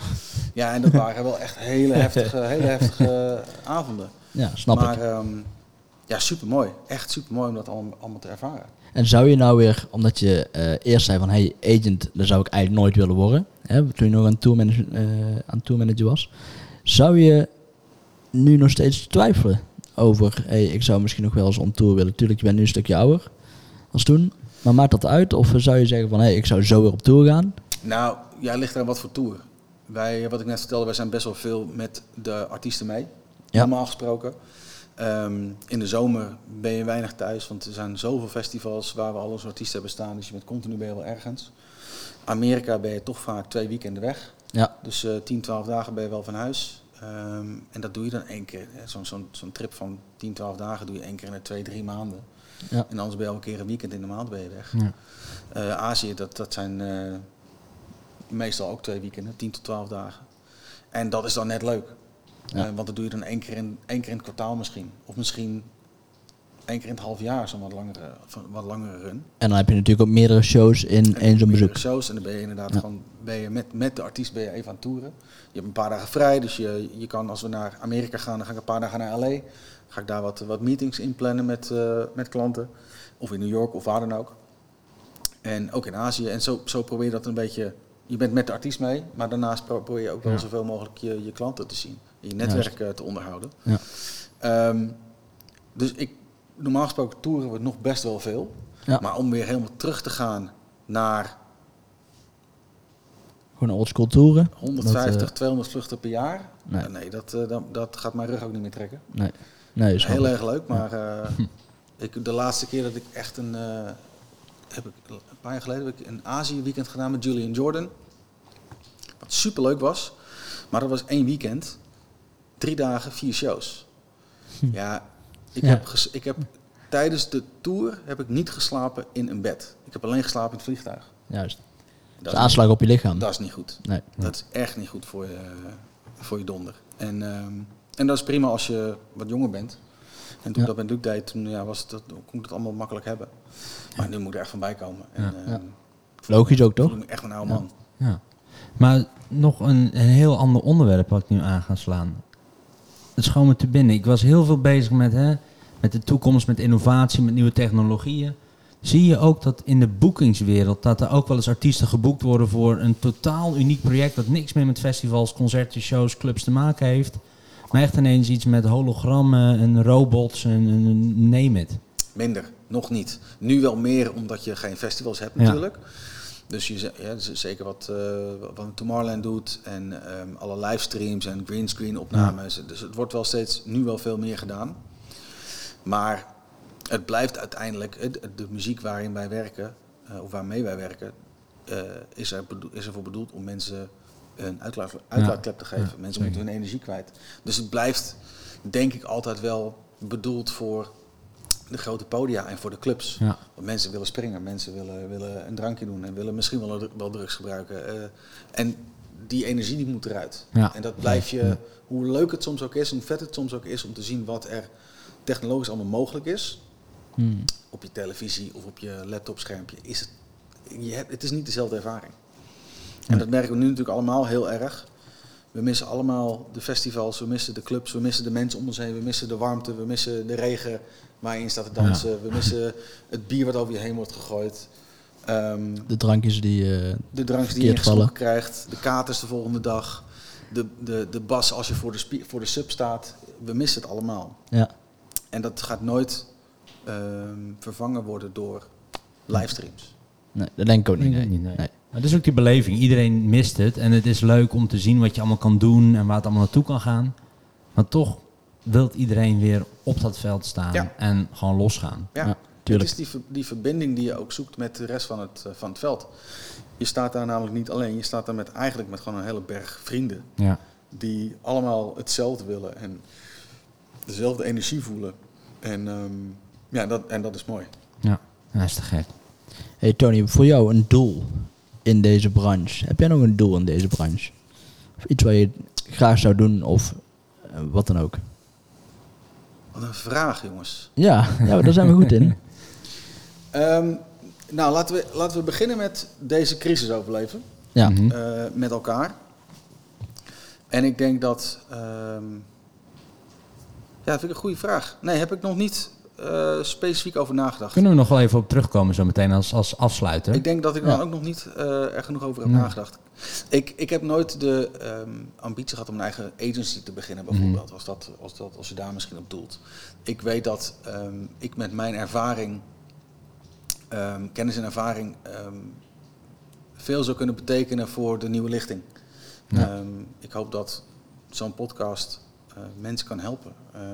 Ja, en dat waren wel echt hele heftige avonden. Ja, snap ik. Maar ja, supermooi. Echt supermooi om dat allemaal te ervaren. En zou je nou weer, omdat je eerst zei van, hey, agent, daar zou ik eigenlijk nooit willen worden. Hè, toen je nog aan tourmanager was. Zou je nu nog steeds twijfelen over, hey, ik zou misschien nog wel eens on tour willen. Tuurlijk, je bent nu een stukje ouder als toen. Maar maakt dat uit? Of zou je zeggen van, hey, ik zou zo weer op tour gaan? Nou, ja, ligt er aan wat voor tour. Wat ik net vertelde, wij zijn best wel veel met de artiesten mee. Ja. Normaal gesproken. In de zomer ben je weinig thuis, want er zijn zoveel festivals waar we al onze artiesten hebben staan. Dus je bent continu wel ergens. Amerika ben je toch vaak 2 weekenden weg. Ja. Dus 10, 12 dagen ben je wel van huis. En dat doe je dan 1 keer. Zo'n trip van 10, 12 dagen doe je 1 keer in de 2, 3 maanden. Ja. En anders ben je al een keer een weekend in de maand ben je weg. Ja. Azië, dat zijn meestal ook 2 weekenden, 10 tot 12 dagen. En dat is dan net leuk. Ja. Want dat doe je dan 1 keer in het kwartaal misschien. Of misschien 1 keer in het half jaar, zo'n wat langere run. En dan heb je natuurlijk ook meerdere shows in één zo'n bezoek. Shows, en dan ben je inderdaad gewoon met de artiest ben je even aan het toeren. Je hebt een paar dagen vrij, dus je kan, als we naar Amerika gaan, dan ga ik een paar dagen naar LA. Ga ik daar wat meetings inplannen met klanten. Of in New York of waar dan ook. En ook in Azië. En zo probeer je dat een beetje. Je bent met de artiest mee, maar daarnaast probeer je ook wel zoveel mogelijk je klanten te zien. Je netwerk te onderhouden. Ja. Dus normaal gesproken toeren we nog best wel veel. Ja. Maar om weer helemaal terug te gaan naar Gewoon oldschool toeren. 150, 200 vluchten per jaar. Nee. Nee, dat gaat mijn rug ook niet meer trekken. Nee, is Heel erg leuk, maar de laatste keer dat ik echt een paar jaar geleden heb ik een Azië weekend gedaan met Julian Jordan. Wat super leuk was. Maar dat was 1 weekend. 3 dagen, 4 shows. Ja, ik heb tijdens de tour heb ik niet geslapen in een bed. Ik heb alleen geslapen in het vliegtuig. Juist. Dat is aanslag op je lichaam. Dat is niet goed. Nee. Dat is echt niet goed voor je donder. En dat is prima als je wat jonger bent. En toen ik dat met Luc deed, toen kon ik dat allemaal makkelijk hebben. Maar nu moet er echt van bij komen. En, logisch ook, toch? Ik voel me echt een oude man. Ja. Maar nog een heel ander onderwerp wat ik nu aan ga slaan. Het schoon me te binnen. Ik was heel veel bezig met de toekomst, met innovatie, met nieuwe technologieën. Zie je ook dat in de boekingswereld dat er ook wel eens artiesten geboekt worden voor een totaal uniek project dat niks meer met festivals, concerten, shows, clubs te maken heeft. Maar echt ineens iets met hologrammen en robots en name it. Minder, nog niet. Nu wel meer omdat je geen festivals hebt natuurlijk. Dus zeker wat Tomorrowland doet en alle livestreams en greenscreen opnames. Ja. Dus het wordt wel steeds nu wel veel meer gedaan. Maar het blijft uiteindelijk, de muziek waarin wij werken, of waarmee wij werken, is ervoor bedoeld om mensen een uitlaatklep te geven. Mensen moeten hun energie kwijt. Dus het blijft, denk ik, altijd wel bedoeld voor de grote podia en voor de clubs. Ja. Want mensen willen springen, mensen willen een drankje doen en willen misschien wel drugs gebruiken. En die energie die moet eruit. Ja. En dat blijf je, hoe leuk het soms ook is, hoe vet het soms ook is om te zien wat er technologisch allemaal mogelijk is. Op je televisie of op je laptopschermpje is het is niet dezelfde ervaring. En dat merken we nu natuurlijk allemaal heel erg. We missen allemaal de festivals, we missen de clubs, we missen de mensen om ons heen, we missen de warmte, we missen de regen waar je in staat te dansen, we missen het bier wat over je heen wordt gegooid. De drankjes die je geschonken krijgt, de katers de volgende dag, de bas als je voor de sub staat. We missen het allemaal. Ja. En dat gaat nooit vervangen worden door livestreams. Nee, dat denk ik ook niet. Nee. Maar dat is ook die beleving. Iedereen mist het. En het is leuk om te zien wat je allemaal kan doen en waar het allemaal naartoe kan gaan. Maar toch wil iedereen weer op dat veld staan en gewoon losgaan. Ja, tuurlijk. Het is die verbinding die je ook zoekt met de rest van het veld. Je staat daar namelijk niet alleen. Je staat daar eigenlijk met gewoon een hele berg vrienden. Ja. Die allemaal hetzelfde willen en dezelfde energie voelen. En dat is mooi. Ja, dat is te gek. Hey Tony, voor jou een doel in deze branche. Heb jij nog een doel in deze branche? Of iets wat je graag zou doen of wat dan ook? Wat een vraag, jongens. Ja, daar zijn we goed in. Nou, laten we beginnen met deze crisis overleven. Ja. Met elkaar. En ik denk dat... dat vind ik een goede vraag. Nee, heb ik nog niet specifiek over nagedacht. Kunnen we nog wel even op terugkomen zo meteen als afsluiter? Ik denk dat ik er ook nog niet er genoeg over heb nagedacht. Ik heb nooit de ambitie gehad om een eigen agency te beginnen, bijvoorbeeld. Als je daar misschien op doelt. Ik weet dat ik met mijn ervaring, kennis en ervaring, veel zou kunnen betekenen voor de nieuwe lichting. Ja. Ik hoop dat zo'n podcast mensen kan helpen.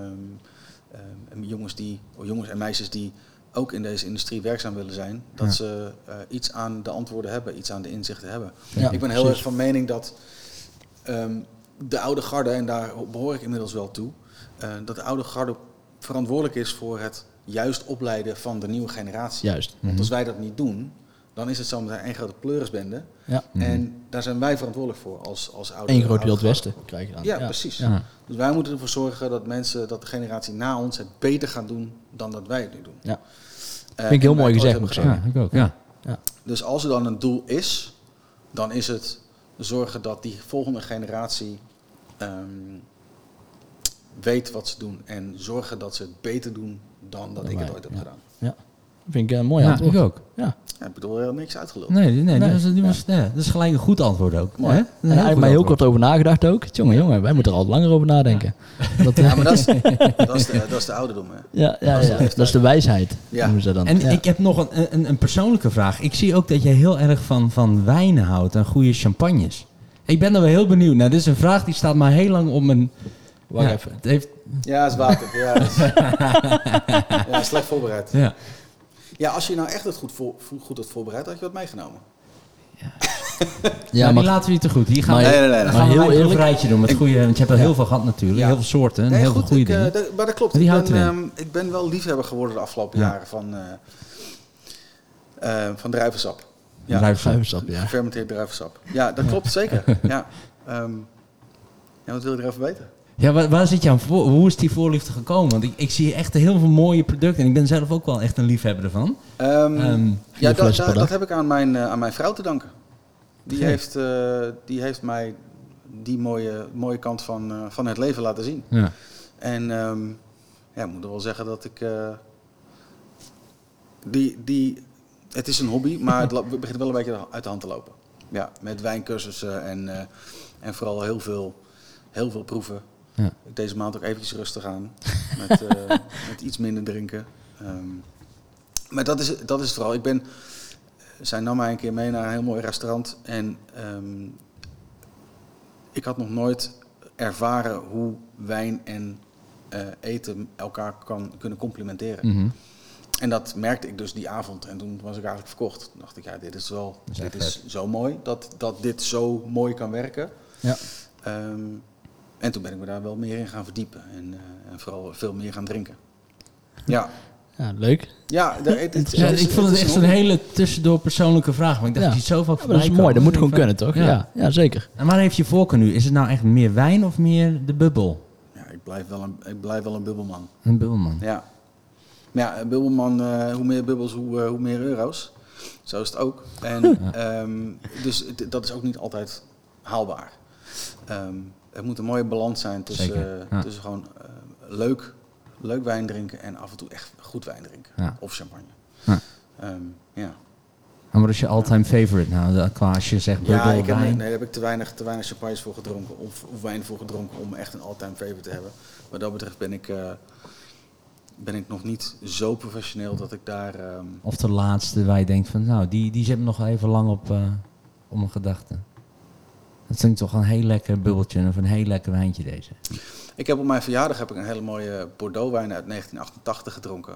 Jongens en meisjes die ook in deze industrie werkzaam willen zijn, dat ze iets aan de antwoorden hebben, iets aan de inzichten hebben. Ja, ik ben heel erg van mening dat de oude garde, en daar behoor ik inmiddels wel toe, dat de oude garde verantwoordelijk is voor het juist opleiden van de nieuwe generatie. Juist. Want als wij dat niet doen, dan is het zometeen één grote pleurisbende. Ja. En daar zijn wij verantwoordelijk voor als oude. Eén groot Wild Westen krijg je dan. Ja, precies. Ja. Dus wij moeten ervoor zorgen dat de generatie na ons het beter gaat doen dan dat wij het nu doen. Ja. Vind ik heel mooi gezegd, moet ik zeggen. Ja, ik ook, ja. Dus als er dan een doel is, dan is het zorgen dat die volgende generatie weet wat ze doen. En zorgen dat ze het beter doen dan dat ik het ooit heb gedaan. Ja. Vind ik een mooi antwoord. Ik ook. Ja. Ik bedoel, er niks uitgeluld. Nee. Dat is gelijk een goed antwoord ook. Mooi. En daar heb ik mij heel kort over nagedacht ook. Jongen, wij moeten er al langer over nadenken. Ja, maar dat is de ouderdom. Hè. Ja. Dat is de wijsheid. Ja. Ze dan. En ik heb nog een persoonlijke vraag. Ik zie ook dat je heel erg van wijnen houdt en goede champagnes. Ik ben er wel heel benieuwd naar. Dit is een vraag die staat maar heel lang op mijn... Wacht even. Het heeft... Ja, het is water. Ja, slecht voorbereid. Ja. Ja, als je nou echt het goed had voorbereid, had je wat meegenomen. Ja, maar die laten we niet te goed. Hier gaan we maar heel eerlijk een rijtje doen met goede. Want je hebt er heel veel gehad natuurlijk, heel veel soorten en heel veel goede dingen. Maar dat klopt. Ik ben wel liefhebber geworden de afgelopen jaren van druivensap. Ja, druivensap, gefermenteerd druivensap. Ja, dat klopt zeker. Ja. Wat wil je erover weten? Ja, waar zit je aan voor? Hoe is die voorliefde gekomen? Want ik zie echt heel veel mooie producten en ik ben zelf ook wel echt een liefhebber ervan. Dat heb ik aan mijn vrouw te danken. Die heeft mij die mooie kant van het leven laten zien. Ja. En ik moet er wel zeggen dat ik... het is een hobby, maar het begint wel een beetje uit de hand te lopen. Ja, met wijncursussen en vooral heel veel proeven. Ja. Deze maand ook eventjes rustig aan. Met iets minder drinken. Maar dat is het vooral. Zij nam mij een keer mee naar een heel mooi restaurant. En ik had nog nooit ervaren hoe wijn en eten elkaar kunnen complementeren. Mm-hmm. En dat merkte ik dus die avond. En toen was ik eigenlijk verkocht. Toen dacht ik, dit is zo mooi. Dat dit zo mooi kan werken. Ja. En toen ben ik me daar wel meer in gaan verdiepen. En vooral veel meer gaan drinken. Ja. Ja, leuk. Ja, ik vond het echt een hele tussendoor persoonlijke vraag. Maar ik dacht, je ziet zoveel voorbij dat is mooi, dat moet gewoon kunnen, toch? Ja, zeker. En waar heeft je voorkeur nu? Is het nou echt meer wijn of meer de bubbel? Ja, ik blijf wel een bubbelman. Een bubbelman? Ja. Maar ja, een bubbelman, hoe meer bubbels, hoe meer euro's. Zo is het ook. En, dus dat is ook niet altijd haalbaar. Er moet een mooie balans zijn tussen gewoon leuk wijn drinken en af en toe echt goed wijn drinken. Ja. Of champagne. Ja. En wat is je all-time favorite nou? Qua als je zegt bubbel, wijn? Daar heb ik te weinig champagnes voor gedronken of wijn voor gedronken om echt een all-time favorite te hebben. Wat dat betreft ben ik nog niet zo professioneel dat ik daar... Of de laatste waar je denkt van, nou, die zit me nog even lang op mijn gedachten. Dat vind ik toch een heel lekker bubbeltje of een heel lekker wijntje deze. Ik heb op mijn verjaardag een hele mooie Bordeaux wijn uit 1988 gedronken.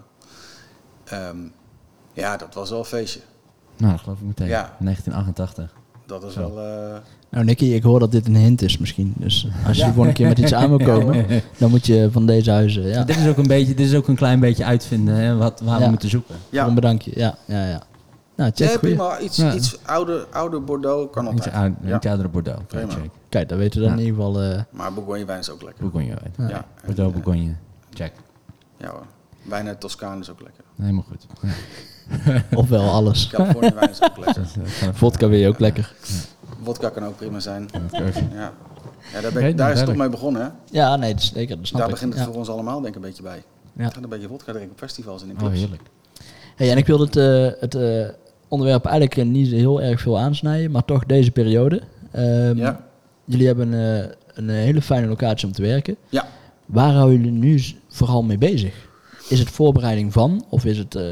Dat was wel een feestje. Nou, dat geloof ik meteen. Ja. 1988. Dat is wel... Nou Nicky, ik hoor dat dit een hint is misschien. Dus als je gewoon een keer met iets aan wil komen, dan moet je van deze huizen... Ja. Dit is ook een klein beetje uitvinden, hè, waar we moeten zoeken. Ja. Een bedankje, ja. Nou, check. Prima. Iets ouder Bordeaux kan altijd. Iets oudere Bordeaux. Check. Kijk, dan weten we dan in ieder geval... Maar Bourgogne wijn is ook lekker. Bourgogne wijn. Ja. Bordeaux, Bourgogne. Check. Ja hoor. Wijn uit Toscane is ook lekker. Helemaal goed. Ofwel alles. Californië wijn is ook lekker. Vodka weer ook lekker. Vodka kan ook prima zijn. Ja. Ja, daar is het toch mee begonnen, hè? Ja, nee, dat zeker. Dat snap daar ik. begint het voor ons allemaal, denk ik, een beetje bij. Ja. We gaan een beetje vodka drinken op festivals en in clubs. heerlijk. Hey, en ik wil het onderwerp eigenlijk niet heel erg veel aansnijden, maar toch deze periode. Jullie hebben een hele fijne locatie om te werken. Ja. Waar houden jullie nu vooral mee bezig? Is het voorbereiding van, of is het,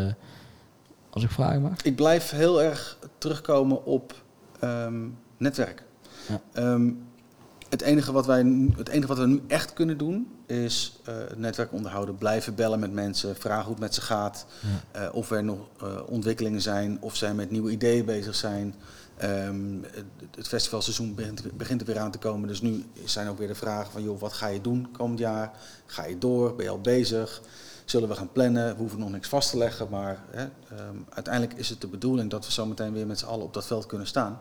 als ik vragen mag? Ik blijf heel erg terugkomen op netwerk. Ja. Het enige wat we nu echt kunnen doen, is het netwerk onderhouden. Blijven bellen met mensen, vragen hoe het met ze gaat. Ja. Of er nog ontwikkelingen zijn, of zij met nieuwe ideeën bezig zijn. Het festivalseizoen begint er weer aan te komen. Dus nu zijn ook weer de vragen van, joh, wat ga je doen komend jaar? Ga je door? Ben je al bezig? Zullen we gaan plannen? We hoeven nog niks vast te leggen. Maar uiteindelijk is het de bedoeling dat we zometeen weer met z'n allen op dat veld kunnen staan.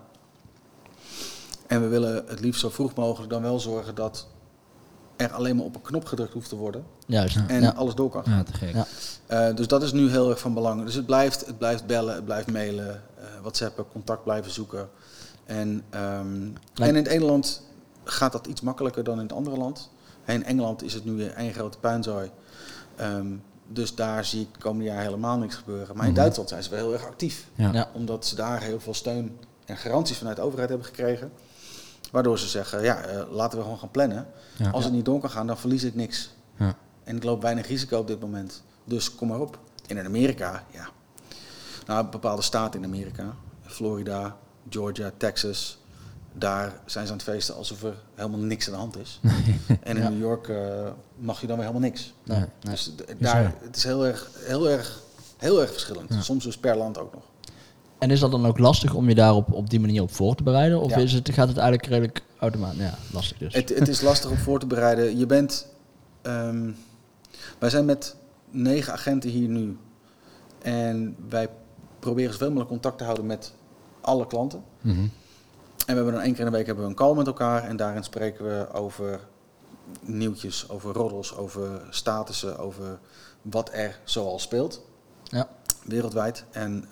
En we willen het liefst zo vroeg mogelijk dan wel zorgen dat er alleen maar op een knop gedrukt hoeft te worden. Juist. En alles door kan gaan. Ja, te gek. Ja. Dus dat is nu heel erg van belang. Dus het blijft bellen, het blijft mailen, WhatsAppen, contact blijven zoeken. En in het ene land gaat dat iets makkelijker dan in het andere land. In Engeland is het nu één grote puinzooi. Dus daar zie ik het komende jaar helemaal niks gebeuren. Maar in Duitsland zijn ze wel heel erg actief. Ja. Ja. Omdat ze daar heel veel steun en garanties vanuit de overheid hebben gekregen. Waardoor ze zeggen, laten we gewoon gaan plannen. Ja. Als het niet door kan gaan, dan verlies ik niks. Ja. En ik loop weinig risico op dit moment. Dus kom maar op. En in Amerika, bepaalde staten in Amerika. Florida, Georgia, Texas. Daar zijn ze aan het feesten alsof er helemaal niks aan de hand is. En in New York mag je dan weer helemaal niks. Nee. Dus het is heel erg verschillend. Ja. Soms dus per land ook nog. En is dat dan ook lastig om je daar op die manier op voor te bereiden? Of gaat het eigenlijk redelijk automatisch? Ja, lastig dus. Het is lastig om voor te bereiden. Je bent... wij zijn met 9 agenten hier nu. En wij proberen zoveel mogelijk contact te houden met alle klanten. Mm-hmm. En we hebben dan 1 keer in de week een call met elkaar. En daarin spreken we over nieuwtjes, over roddels, over statussen, over wat er zoal speelt. Ja. Wereldwijd.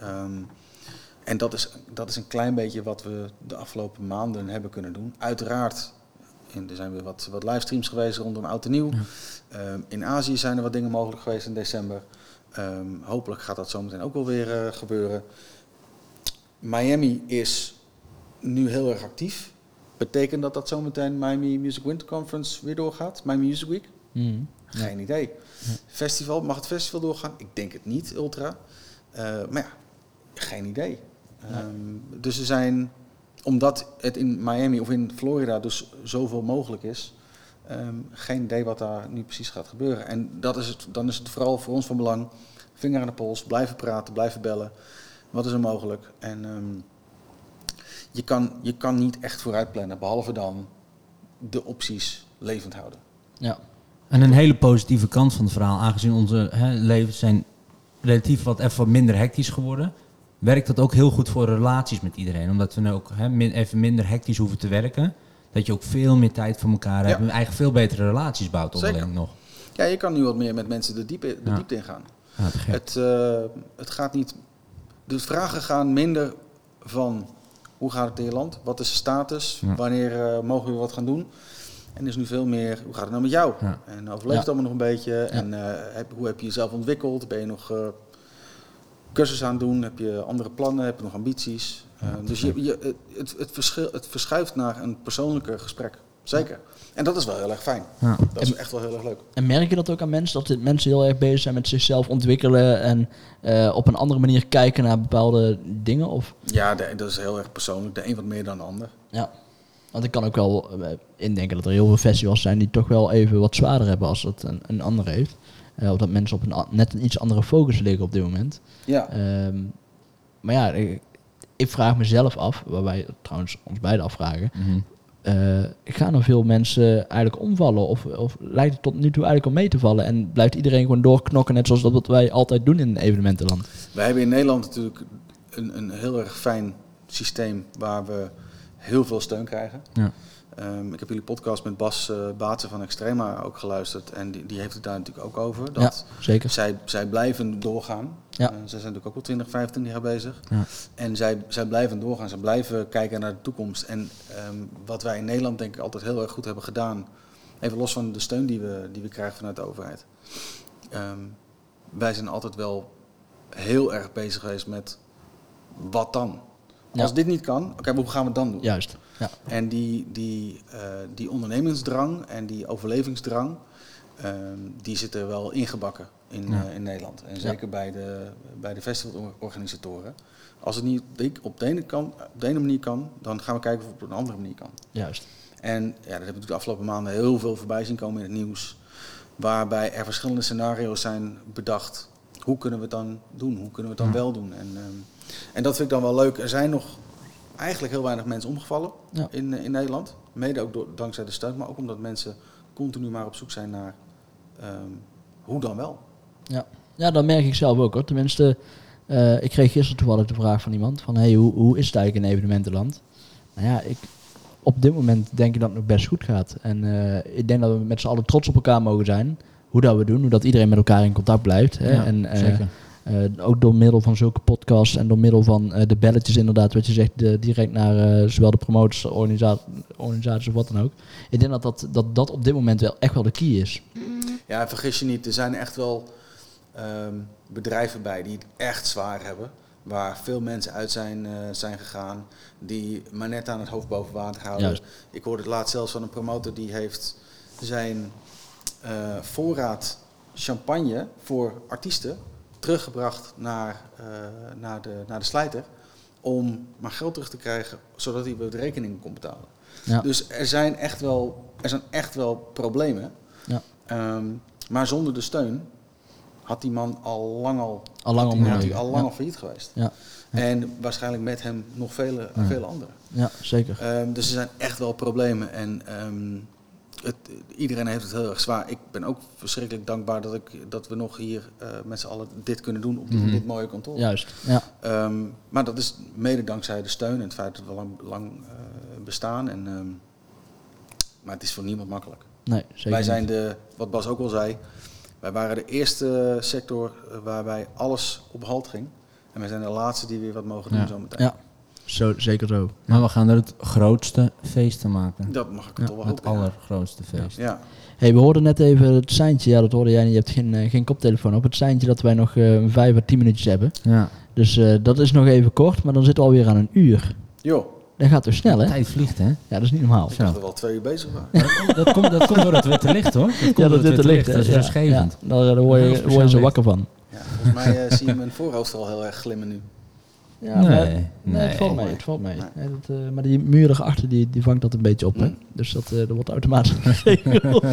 En dat is een klein beetje wat we de afgelopen maanden hebben kunnen doen. Uiteraard, er zijn weer wat livestreams geweest rondom Oud en Nieuw. Ja. In Azië zijn er wat dingen mogelijk geweest in december. Hopelijk gaat dat zometeen ook wel weer gebeuren. Miami is nu heel erg actief. Betekent dat zometeen Miami Music Winter Conference weer doorgaat? Miami Music Week? Mm. Geen idee. Ja. Festival, mag het festival doorgaan? Ik denk het niet, ultra. Maar geen idee. Ja. Dus er zijn, omdat het in Miami of in Florida dus zoveel mogelijk is, geen idee wat daar nu precies gaat gebeuren. En dan is het vooral voor ons van belang, vinger aan de pols, blijven praten, blijven bellen. Wat is er mogelijk? En je kan niet echt vooruit plannen, behalve dan de opties levend houden. Ja. En een hele positieve kant van het verhaal, aangezien onze levens zijn relatief wat minder hectisch geworden, werkt dat ook heel goed voor relaties met iedereen. Omdat we nu ook even minder hectisch hoeven te werken. Dat je ook veel meer tijd voor elkaar hebt. En eigenlijk veel betere relaties bouwt onderling nog. Ja, je kan nu wat meer met mensen de diepte ingaan. Ja, het gaat niet... De vragen gaan minder van hoe gaat het in je land? Wat is de status? Ja. Wanneer mogen we wat gaan doen? En er is nu veel meer, hoe gaat het nou met jou? Ja. En overleef het allemaal nog een beetje? Ja. En hoe heb je jezelf ontwikkeld? Ben je nog cursus aan het doen? Heb je andere plannen? Heb je nog ambities? Dus het verschuift naar een persoonlijker gesprek. Zeker. En dat is wel heel erg fijn. Ja. Dat is echt wel heel erg leuk. En merk je dat ook aan mensen? Dat mensen heel erg bezig zijn met zichzelf ontwikkelen en op een andere manier kijken naar bepaalde dingen? Of? Ja, dat is heel erg persoonlijk. De een wat meer dan de ander. Ja. Want ik kan ook wel indenken dat er heel veel festivals zijn die toch wel even wat zwaarder hebben als dat een ander heeft. Of dat mensen op net een iets andere focus liggen op dit moment. Ja. Maar ja, ik vraag mezelf af, waar wij trouwens ons beiden afvragen. Mm-hmm. Gaan er veel mensen eigenlijk omvallen? Of lijkt het tot nu toe eigenlijk om mee te vallen? En blijft iedereen gewoon doorknokken, net zoals dat wat wij altijd doen in een evenementenland? Wij hebben in Nederland natuurlijk een heel erg fijn systeem waar we heel veel steun krijgen. Ja. Ik heb jullie podcast met Bas Baatsen van Extrema ook geluisterd. En die heeft het daar natuurlijk ook over. Dat zeker. Zij blijven doorgaan. Ja. Zij zijn natuurlijk ook al 20, 25 jaar bezig. Ja. En zij blijven doorgaan. Ze blijven kijken naar de toekomst. En wat wij in Nederland denk ik altijd heel erg goed hebben gedaan. Even los van de steun die we krijgen vanuit de overheid. Wij zijn altijd wel heel erg bezig geweest met wat dan? Als dit niet kan, oké, hoe gaan we het dan doen? Juist. Ja. En die ondernemingsdrang en die overlevingsdrang, die zit er wel ingebakken in Nederland. En zeker bij de festivalorganisatoren. Als het niet op de ene manier kan, dan gaan we kijken of het op een andere manier kan. Juist. En dat hebben we natuurlijk de afgelopen maanden heel veel voorbij zien komen in het nieuws. Waarbij er verschillende scenario's zijn bedacht. Hoe kunnen we het dan doen? Hoe kunnen we het dan wel doen? En dat vind ik dan wel leuk. Er zijn nog eigenlijk heel weinig mensen omgevallen in Nederland. Mede ook dankzij de steun, maar ook omdat mensen continu maar op zoek zijn naar hoe dan wel. Ja, dat merk ik zelf ook hoor. Tenminste, ik kreeg gisteren toevallig de vraag van iemand van hey, hoe is het eigenlijk in evenementenland? Nou ja, op dit moment denk ik dat het nog best goed gaat. En ik denk dat we met z'n allen trots op elkaar mogen zijn. Hoe dat we doen, hoe dat iedereen met elkaar in contact blijft. Hè? Ja, en zeker. Ook door middel van zulke podcasts en door middel van de belletjes inderdaad, wat je zegt, direct naar zowel de promotors, organisaties of wat dan ook. Ik denk dat op dit moment wel echt wel de key is. Ja, vergis je niet, er zijn echt wel bedrijven bij die het echt zwaar hebben. Waar veel mensen uit zijn gegaan, die maar net aan het hoofd boven water houden. Juist. Ik hoorde het laatst zelfs van een promotor die heeft zijn voorraad champagne voor artiesten teruggebracht naar de slijter om maar geld terug te krijgen, zodat hij de rekening kon betalen. Ja. Dus er zijn echt wel problemen. Ja. Maar zonder de steun had die man al lang failliet geweest. Ja. En waarschijnlijk met hem nog vele anderen. Ja, zeker. Dus er zijn echt wel problemen. En iedereen heeft het heel erg zwaar. Ik ben ook verschrikkelijk dankbaar dat we nog hier met z'n allen dit kunnen doen op dit mooie kantoor. Juist, ja. Maar dat is mede dankzij de steun en het feit dat we lang bestaan. Maar het is voor niemand makkelijk. Nee, zeker wij zijn wat Bas ook al zei, wij waren de eerste sector waarbij alles op halt ging. En wij zijn de laatste die weer wat mogen doen zometeen. Ja, zeker zo. Maar we gaan er het grootste feest van maken. Dat mag ik toch wel hopen. Het allergrootste feest. Ja. Hey, we hoorden net even het seintje. Ja, dat hoorde jij niet. Je hebt geen koptelefoon op. Het seintje dat wij nog 5 à 10 minuutjes hebben. Ja. Dus dat is nog even kort, maar dan zitten we alweer aan een uur. Jo. Dat gaat toch snel, hè? De tijd vliegt, hè? Ja, dat is niet normaal. Ik dacht dat we al 2 uur bezig waren. Dat komt door het witte licht, hoor. Dat het witte licht. Dat is rustgevend. Ja, daar word je zo wakker van. Ja, volgens mij zie je mijn voorhoofd al heel erg glimmen nu. Ja, nee, het valt mee. Nee, maar die muur erachter, die vangt dat een beetje op. Hè? Dus dat wordt automatisch geregeld.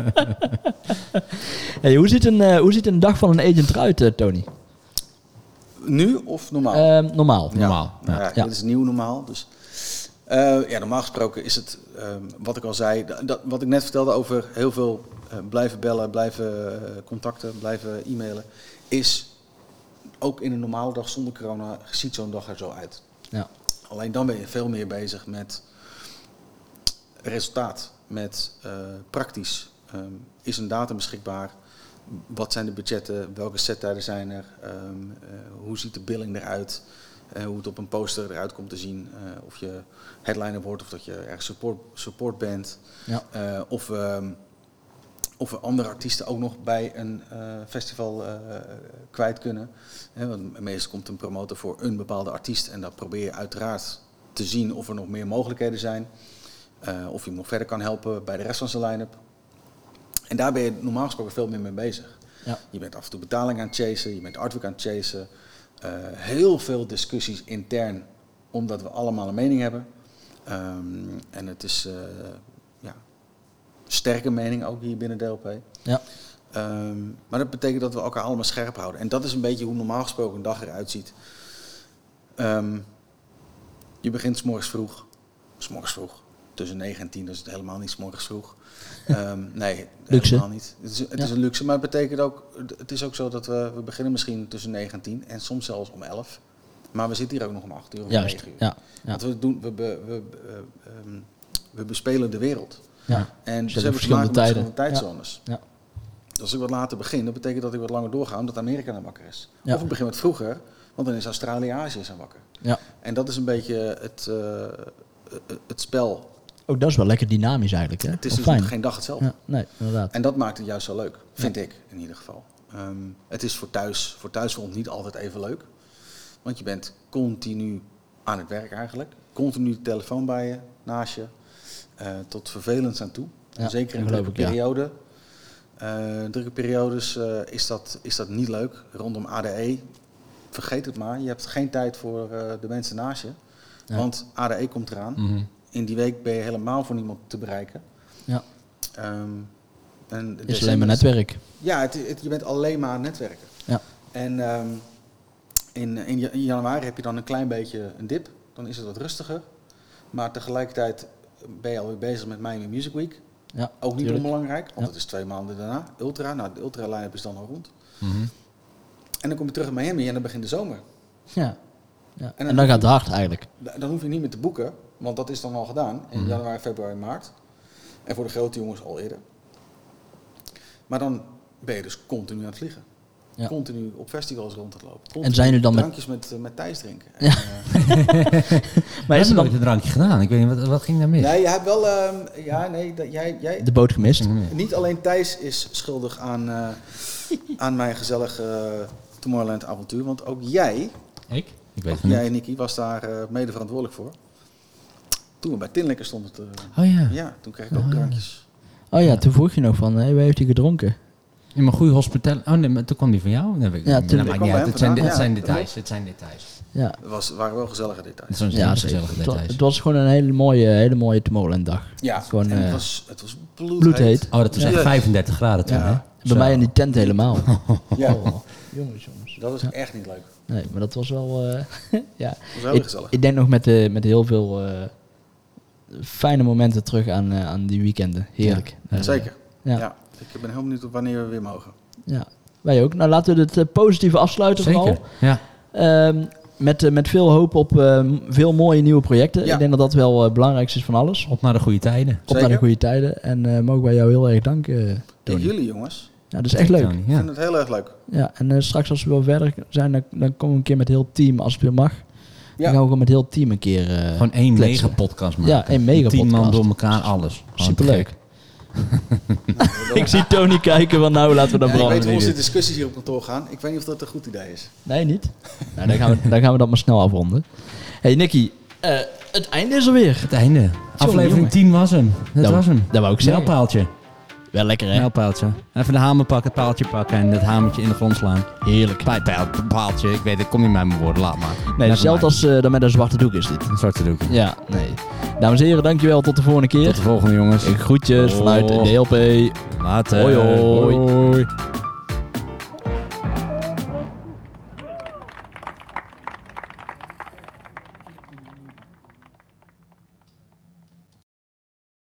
Hey, hoe ziet een dag van een agent eruit, Tony? Nu of normaal? Normaal. Ja. Dit is nieuw normaal. Dus, normaal gesproken is het, wat ik al zei, wat ik net vertelde over heel veel blijven bellen, blijven contacten, blijven e-mailen, is ook in een normale dag zonder corona ziet zo'n dag er zo uit. Ja. Alleen dan ben je veel meer bezig met resultaat, met praktisch. Is een datum beschikbaar? Wat zijn de budgetten? Welke settijden zijn er? Hoe ziet de billing eruit? Hoe het op een poster eruit komt te zien. Of je headliner wordt of dat je ergens support bent. Ja. Of we andere artiesten ook nog bij een festival kwijt kunnen. Want meestal komt een promotor voor een bepaalde artiest. En dan probeer je uiteraard te zien of er nog meer mogelijkheden zijn. Of je hem nog verder kan helpen bij de rest van zijn line-up. En daar ben je normaal gesproken veel meer mee bezig. Ja. Je bent af en toe betaling aan het chasen, je bent artwork aan het chasen. Heel veel discussies intern, omdat we allemaal een mening hebben. En het is sterke mening ook hier binnen DLP. Ja. Maar dat betekent dat we elkaar allemaal scherp houden. En dat is een beetje hoe normaal gesproken een dag eruit ziet. Je begint 's morgens vroeg. Tussen 9 en 10, dat is het helemaal niet 's morgens vroeg. Nee, luxe. Helemaal niet. Het is een luxe, maar het is ook zo dat we beginnen misschien tussen 9 en 10 en soms zelfs om 11. Maar we zitten hier ook nog om 8 uur of Juist, 9 uur. ja. Want we bespelen de wereld. Ja. En dus hebben hebben verschillende te maken met tijden. verschillende tijdzones. Ja. Dus als ik wat later begin, dat betekent dat ik wat langer doorga omdat Amerika dan wakker is. Ja. Of ik begin wat vroeger, want dan is Australië en Azië zijn wakker. Ja. En dat is een beetje het spel. Ook dat is wel lekker dynamisch eigenlijk. Hè? Het is Wel dus fijn. geen dag hetzelfde. Ja, nee, inderdaad. En dat maakt het juist zo leuk, vind ik in ieder geval. Het is voor thuis voor ons niet altijd even leuk. Want je bent continu aan het werk eigenlijk. Continu de telefoon bij je, naast je. Tot vervelend aan toe. Ja, Zeker in drukke perioden. Drukke periodes is dat niet leuk. Rondom ADE, vergeet het maar. Je hebt geen tijd voor de mensen naast je. Ja. Want ADE komt eraan. Mm-hmm. In die week ben je helemaal voor niemand te bereiken. Ja. En is alleen maar netwerk. Ja, je bent alleen maar aan het netwerken. Ja. En in januari heb je dan een klein beetje een dip. Dan is het wat rustiger. Maar tegelijkertijd ben je alweer bezig met Miami Music Week. Ja, ook niet onbelangrijk, want het is 2 maanden daarna. Ultra, nou de Ultra-line-up is dan al rond. Mm-hmm. En dan kom je terug in Miami en dan begint de zomer. Ja. En dan gaat het hard eigenlijk. Dan hoef je niet meer te boeken, want dat is dan al gedaan in januari, februari, maart. En voor de grote jongens al eerder. Maar dan ben je dus continu aan het vliegen. Ja. Continu op festivals rond te lopen. Continu en zijn er dan drankjes met Thijs drinken. Ja. Maar heb je nooit een drankje gedaan? Ik weet niet, wat ging daar mis? Nee, je hebt wel... jij de boot gemist. Niet alleen Thijs is schuldig aan mijn gezellige Tomorrowland avontuur. Want ook jij... Ik weet het niet. Jij, Nicky, was daar mede verantwoordelijk voor. Toen we bij Tinlikker stonden te... Oh ja. Ja, toen kreeg ik ook drankjes. Oh ja, toen vroeg je nog van, waar heeft hij gedronken? Ja, maar goede hospital. Oh nee, maar toen kwam die van jou. Nee, ja, toen maakt niet uit. Het zijn details. Het zijn details. Ja. Het waren wel gezellige details. Gezellige details. Het was gewoon een hele mooie Tomorrowland dag. Ja, gewoon, en het was bloedheet. Oh, dat was echt 35 graden toen, hè? Bij mij in die tent helemaal. Ja. Jongens. Dat was echt niet leuk. Nee, maar dat was wel... ja. Dat was heel gezellig. Ik denk nog met heel veel fijne momenten terug aan die weekenden. Heerlijk. Zeker. Ja. Ik ben heel benieuwd op wanneer we weer mogen. Ja, wij ook. Nou, laten we het positieve afsluiten. Zeker, vooral. Ja. Met veel hoop op veel mooie nieuwe projecten. Ja. Ik denk dat dat wel het belangrijkste is van alles. Op naar de goede tijden. Op naar de goede tijden. En mogen wij jou heel erg danken, Tony. Jullie, jongens. Ja, dat is echt leuk. Tony, Ik vind het heel erg leuk. Ja, en straks als we wel verder zijn, dan komen we een keer met heel het team, als het weer mag. Dan gaan we gewoon met heel het team een keer gewoon één mega podcast maken. Ja, één mega podcast. 10 man door elkaar, alles. Superleuk. Ik zie Tony kijken van nou, laten we dan branden. Ik weet hoe onze discussies hier op kantoor gaan. Ik weet niet of dat een goed idee is. Nee, niet? Nou, dan gaan we dat maar snel afronden. Hey Nicky, het einde is er weer. Het einde. Aflevering 10 was hem. Dat was hem. Dat wou ik zeggen. Mijlpaaltje. Wel lekker, hè? Mijlpaaltje. Even de hamer pakken, het paaltje pakken en dat hamertje in de grond slaan. Heerlijk. Paaltje, ik weet het, komt niet bij mijn woorden, laat maar. Nee, hetzelfde als dan met een zwarte doek is dit. Een zwarte doek. Ja, nee. Dames en heren, dankjewel. Tot de volgende keer. Tot de volgende, jongens. Groetjes vanuit de DLP. Later. Hoi, hoi.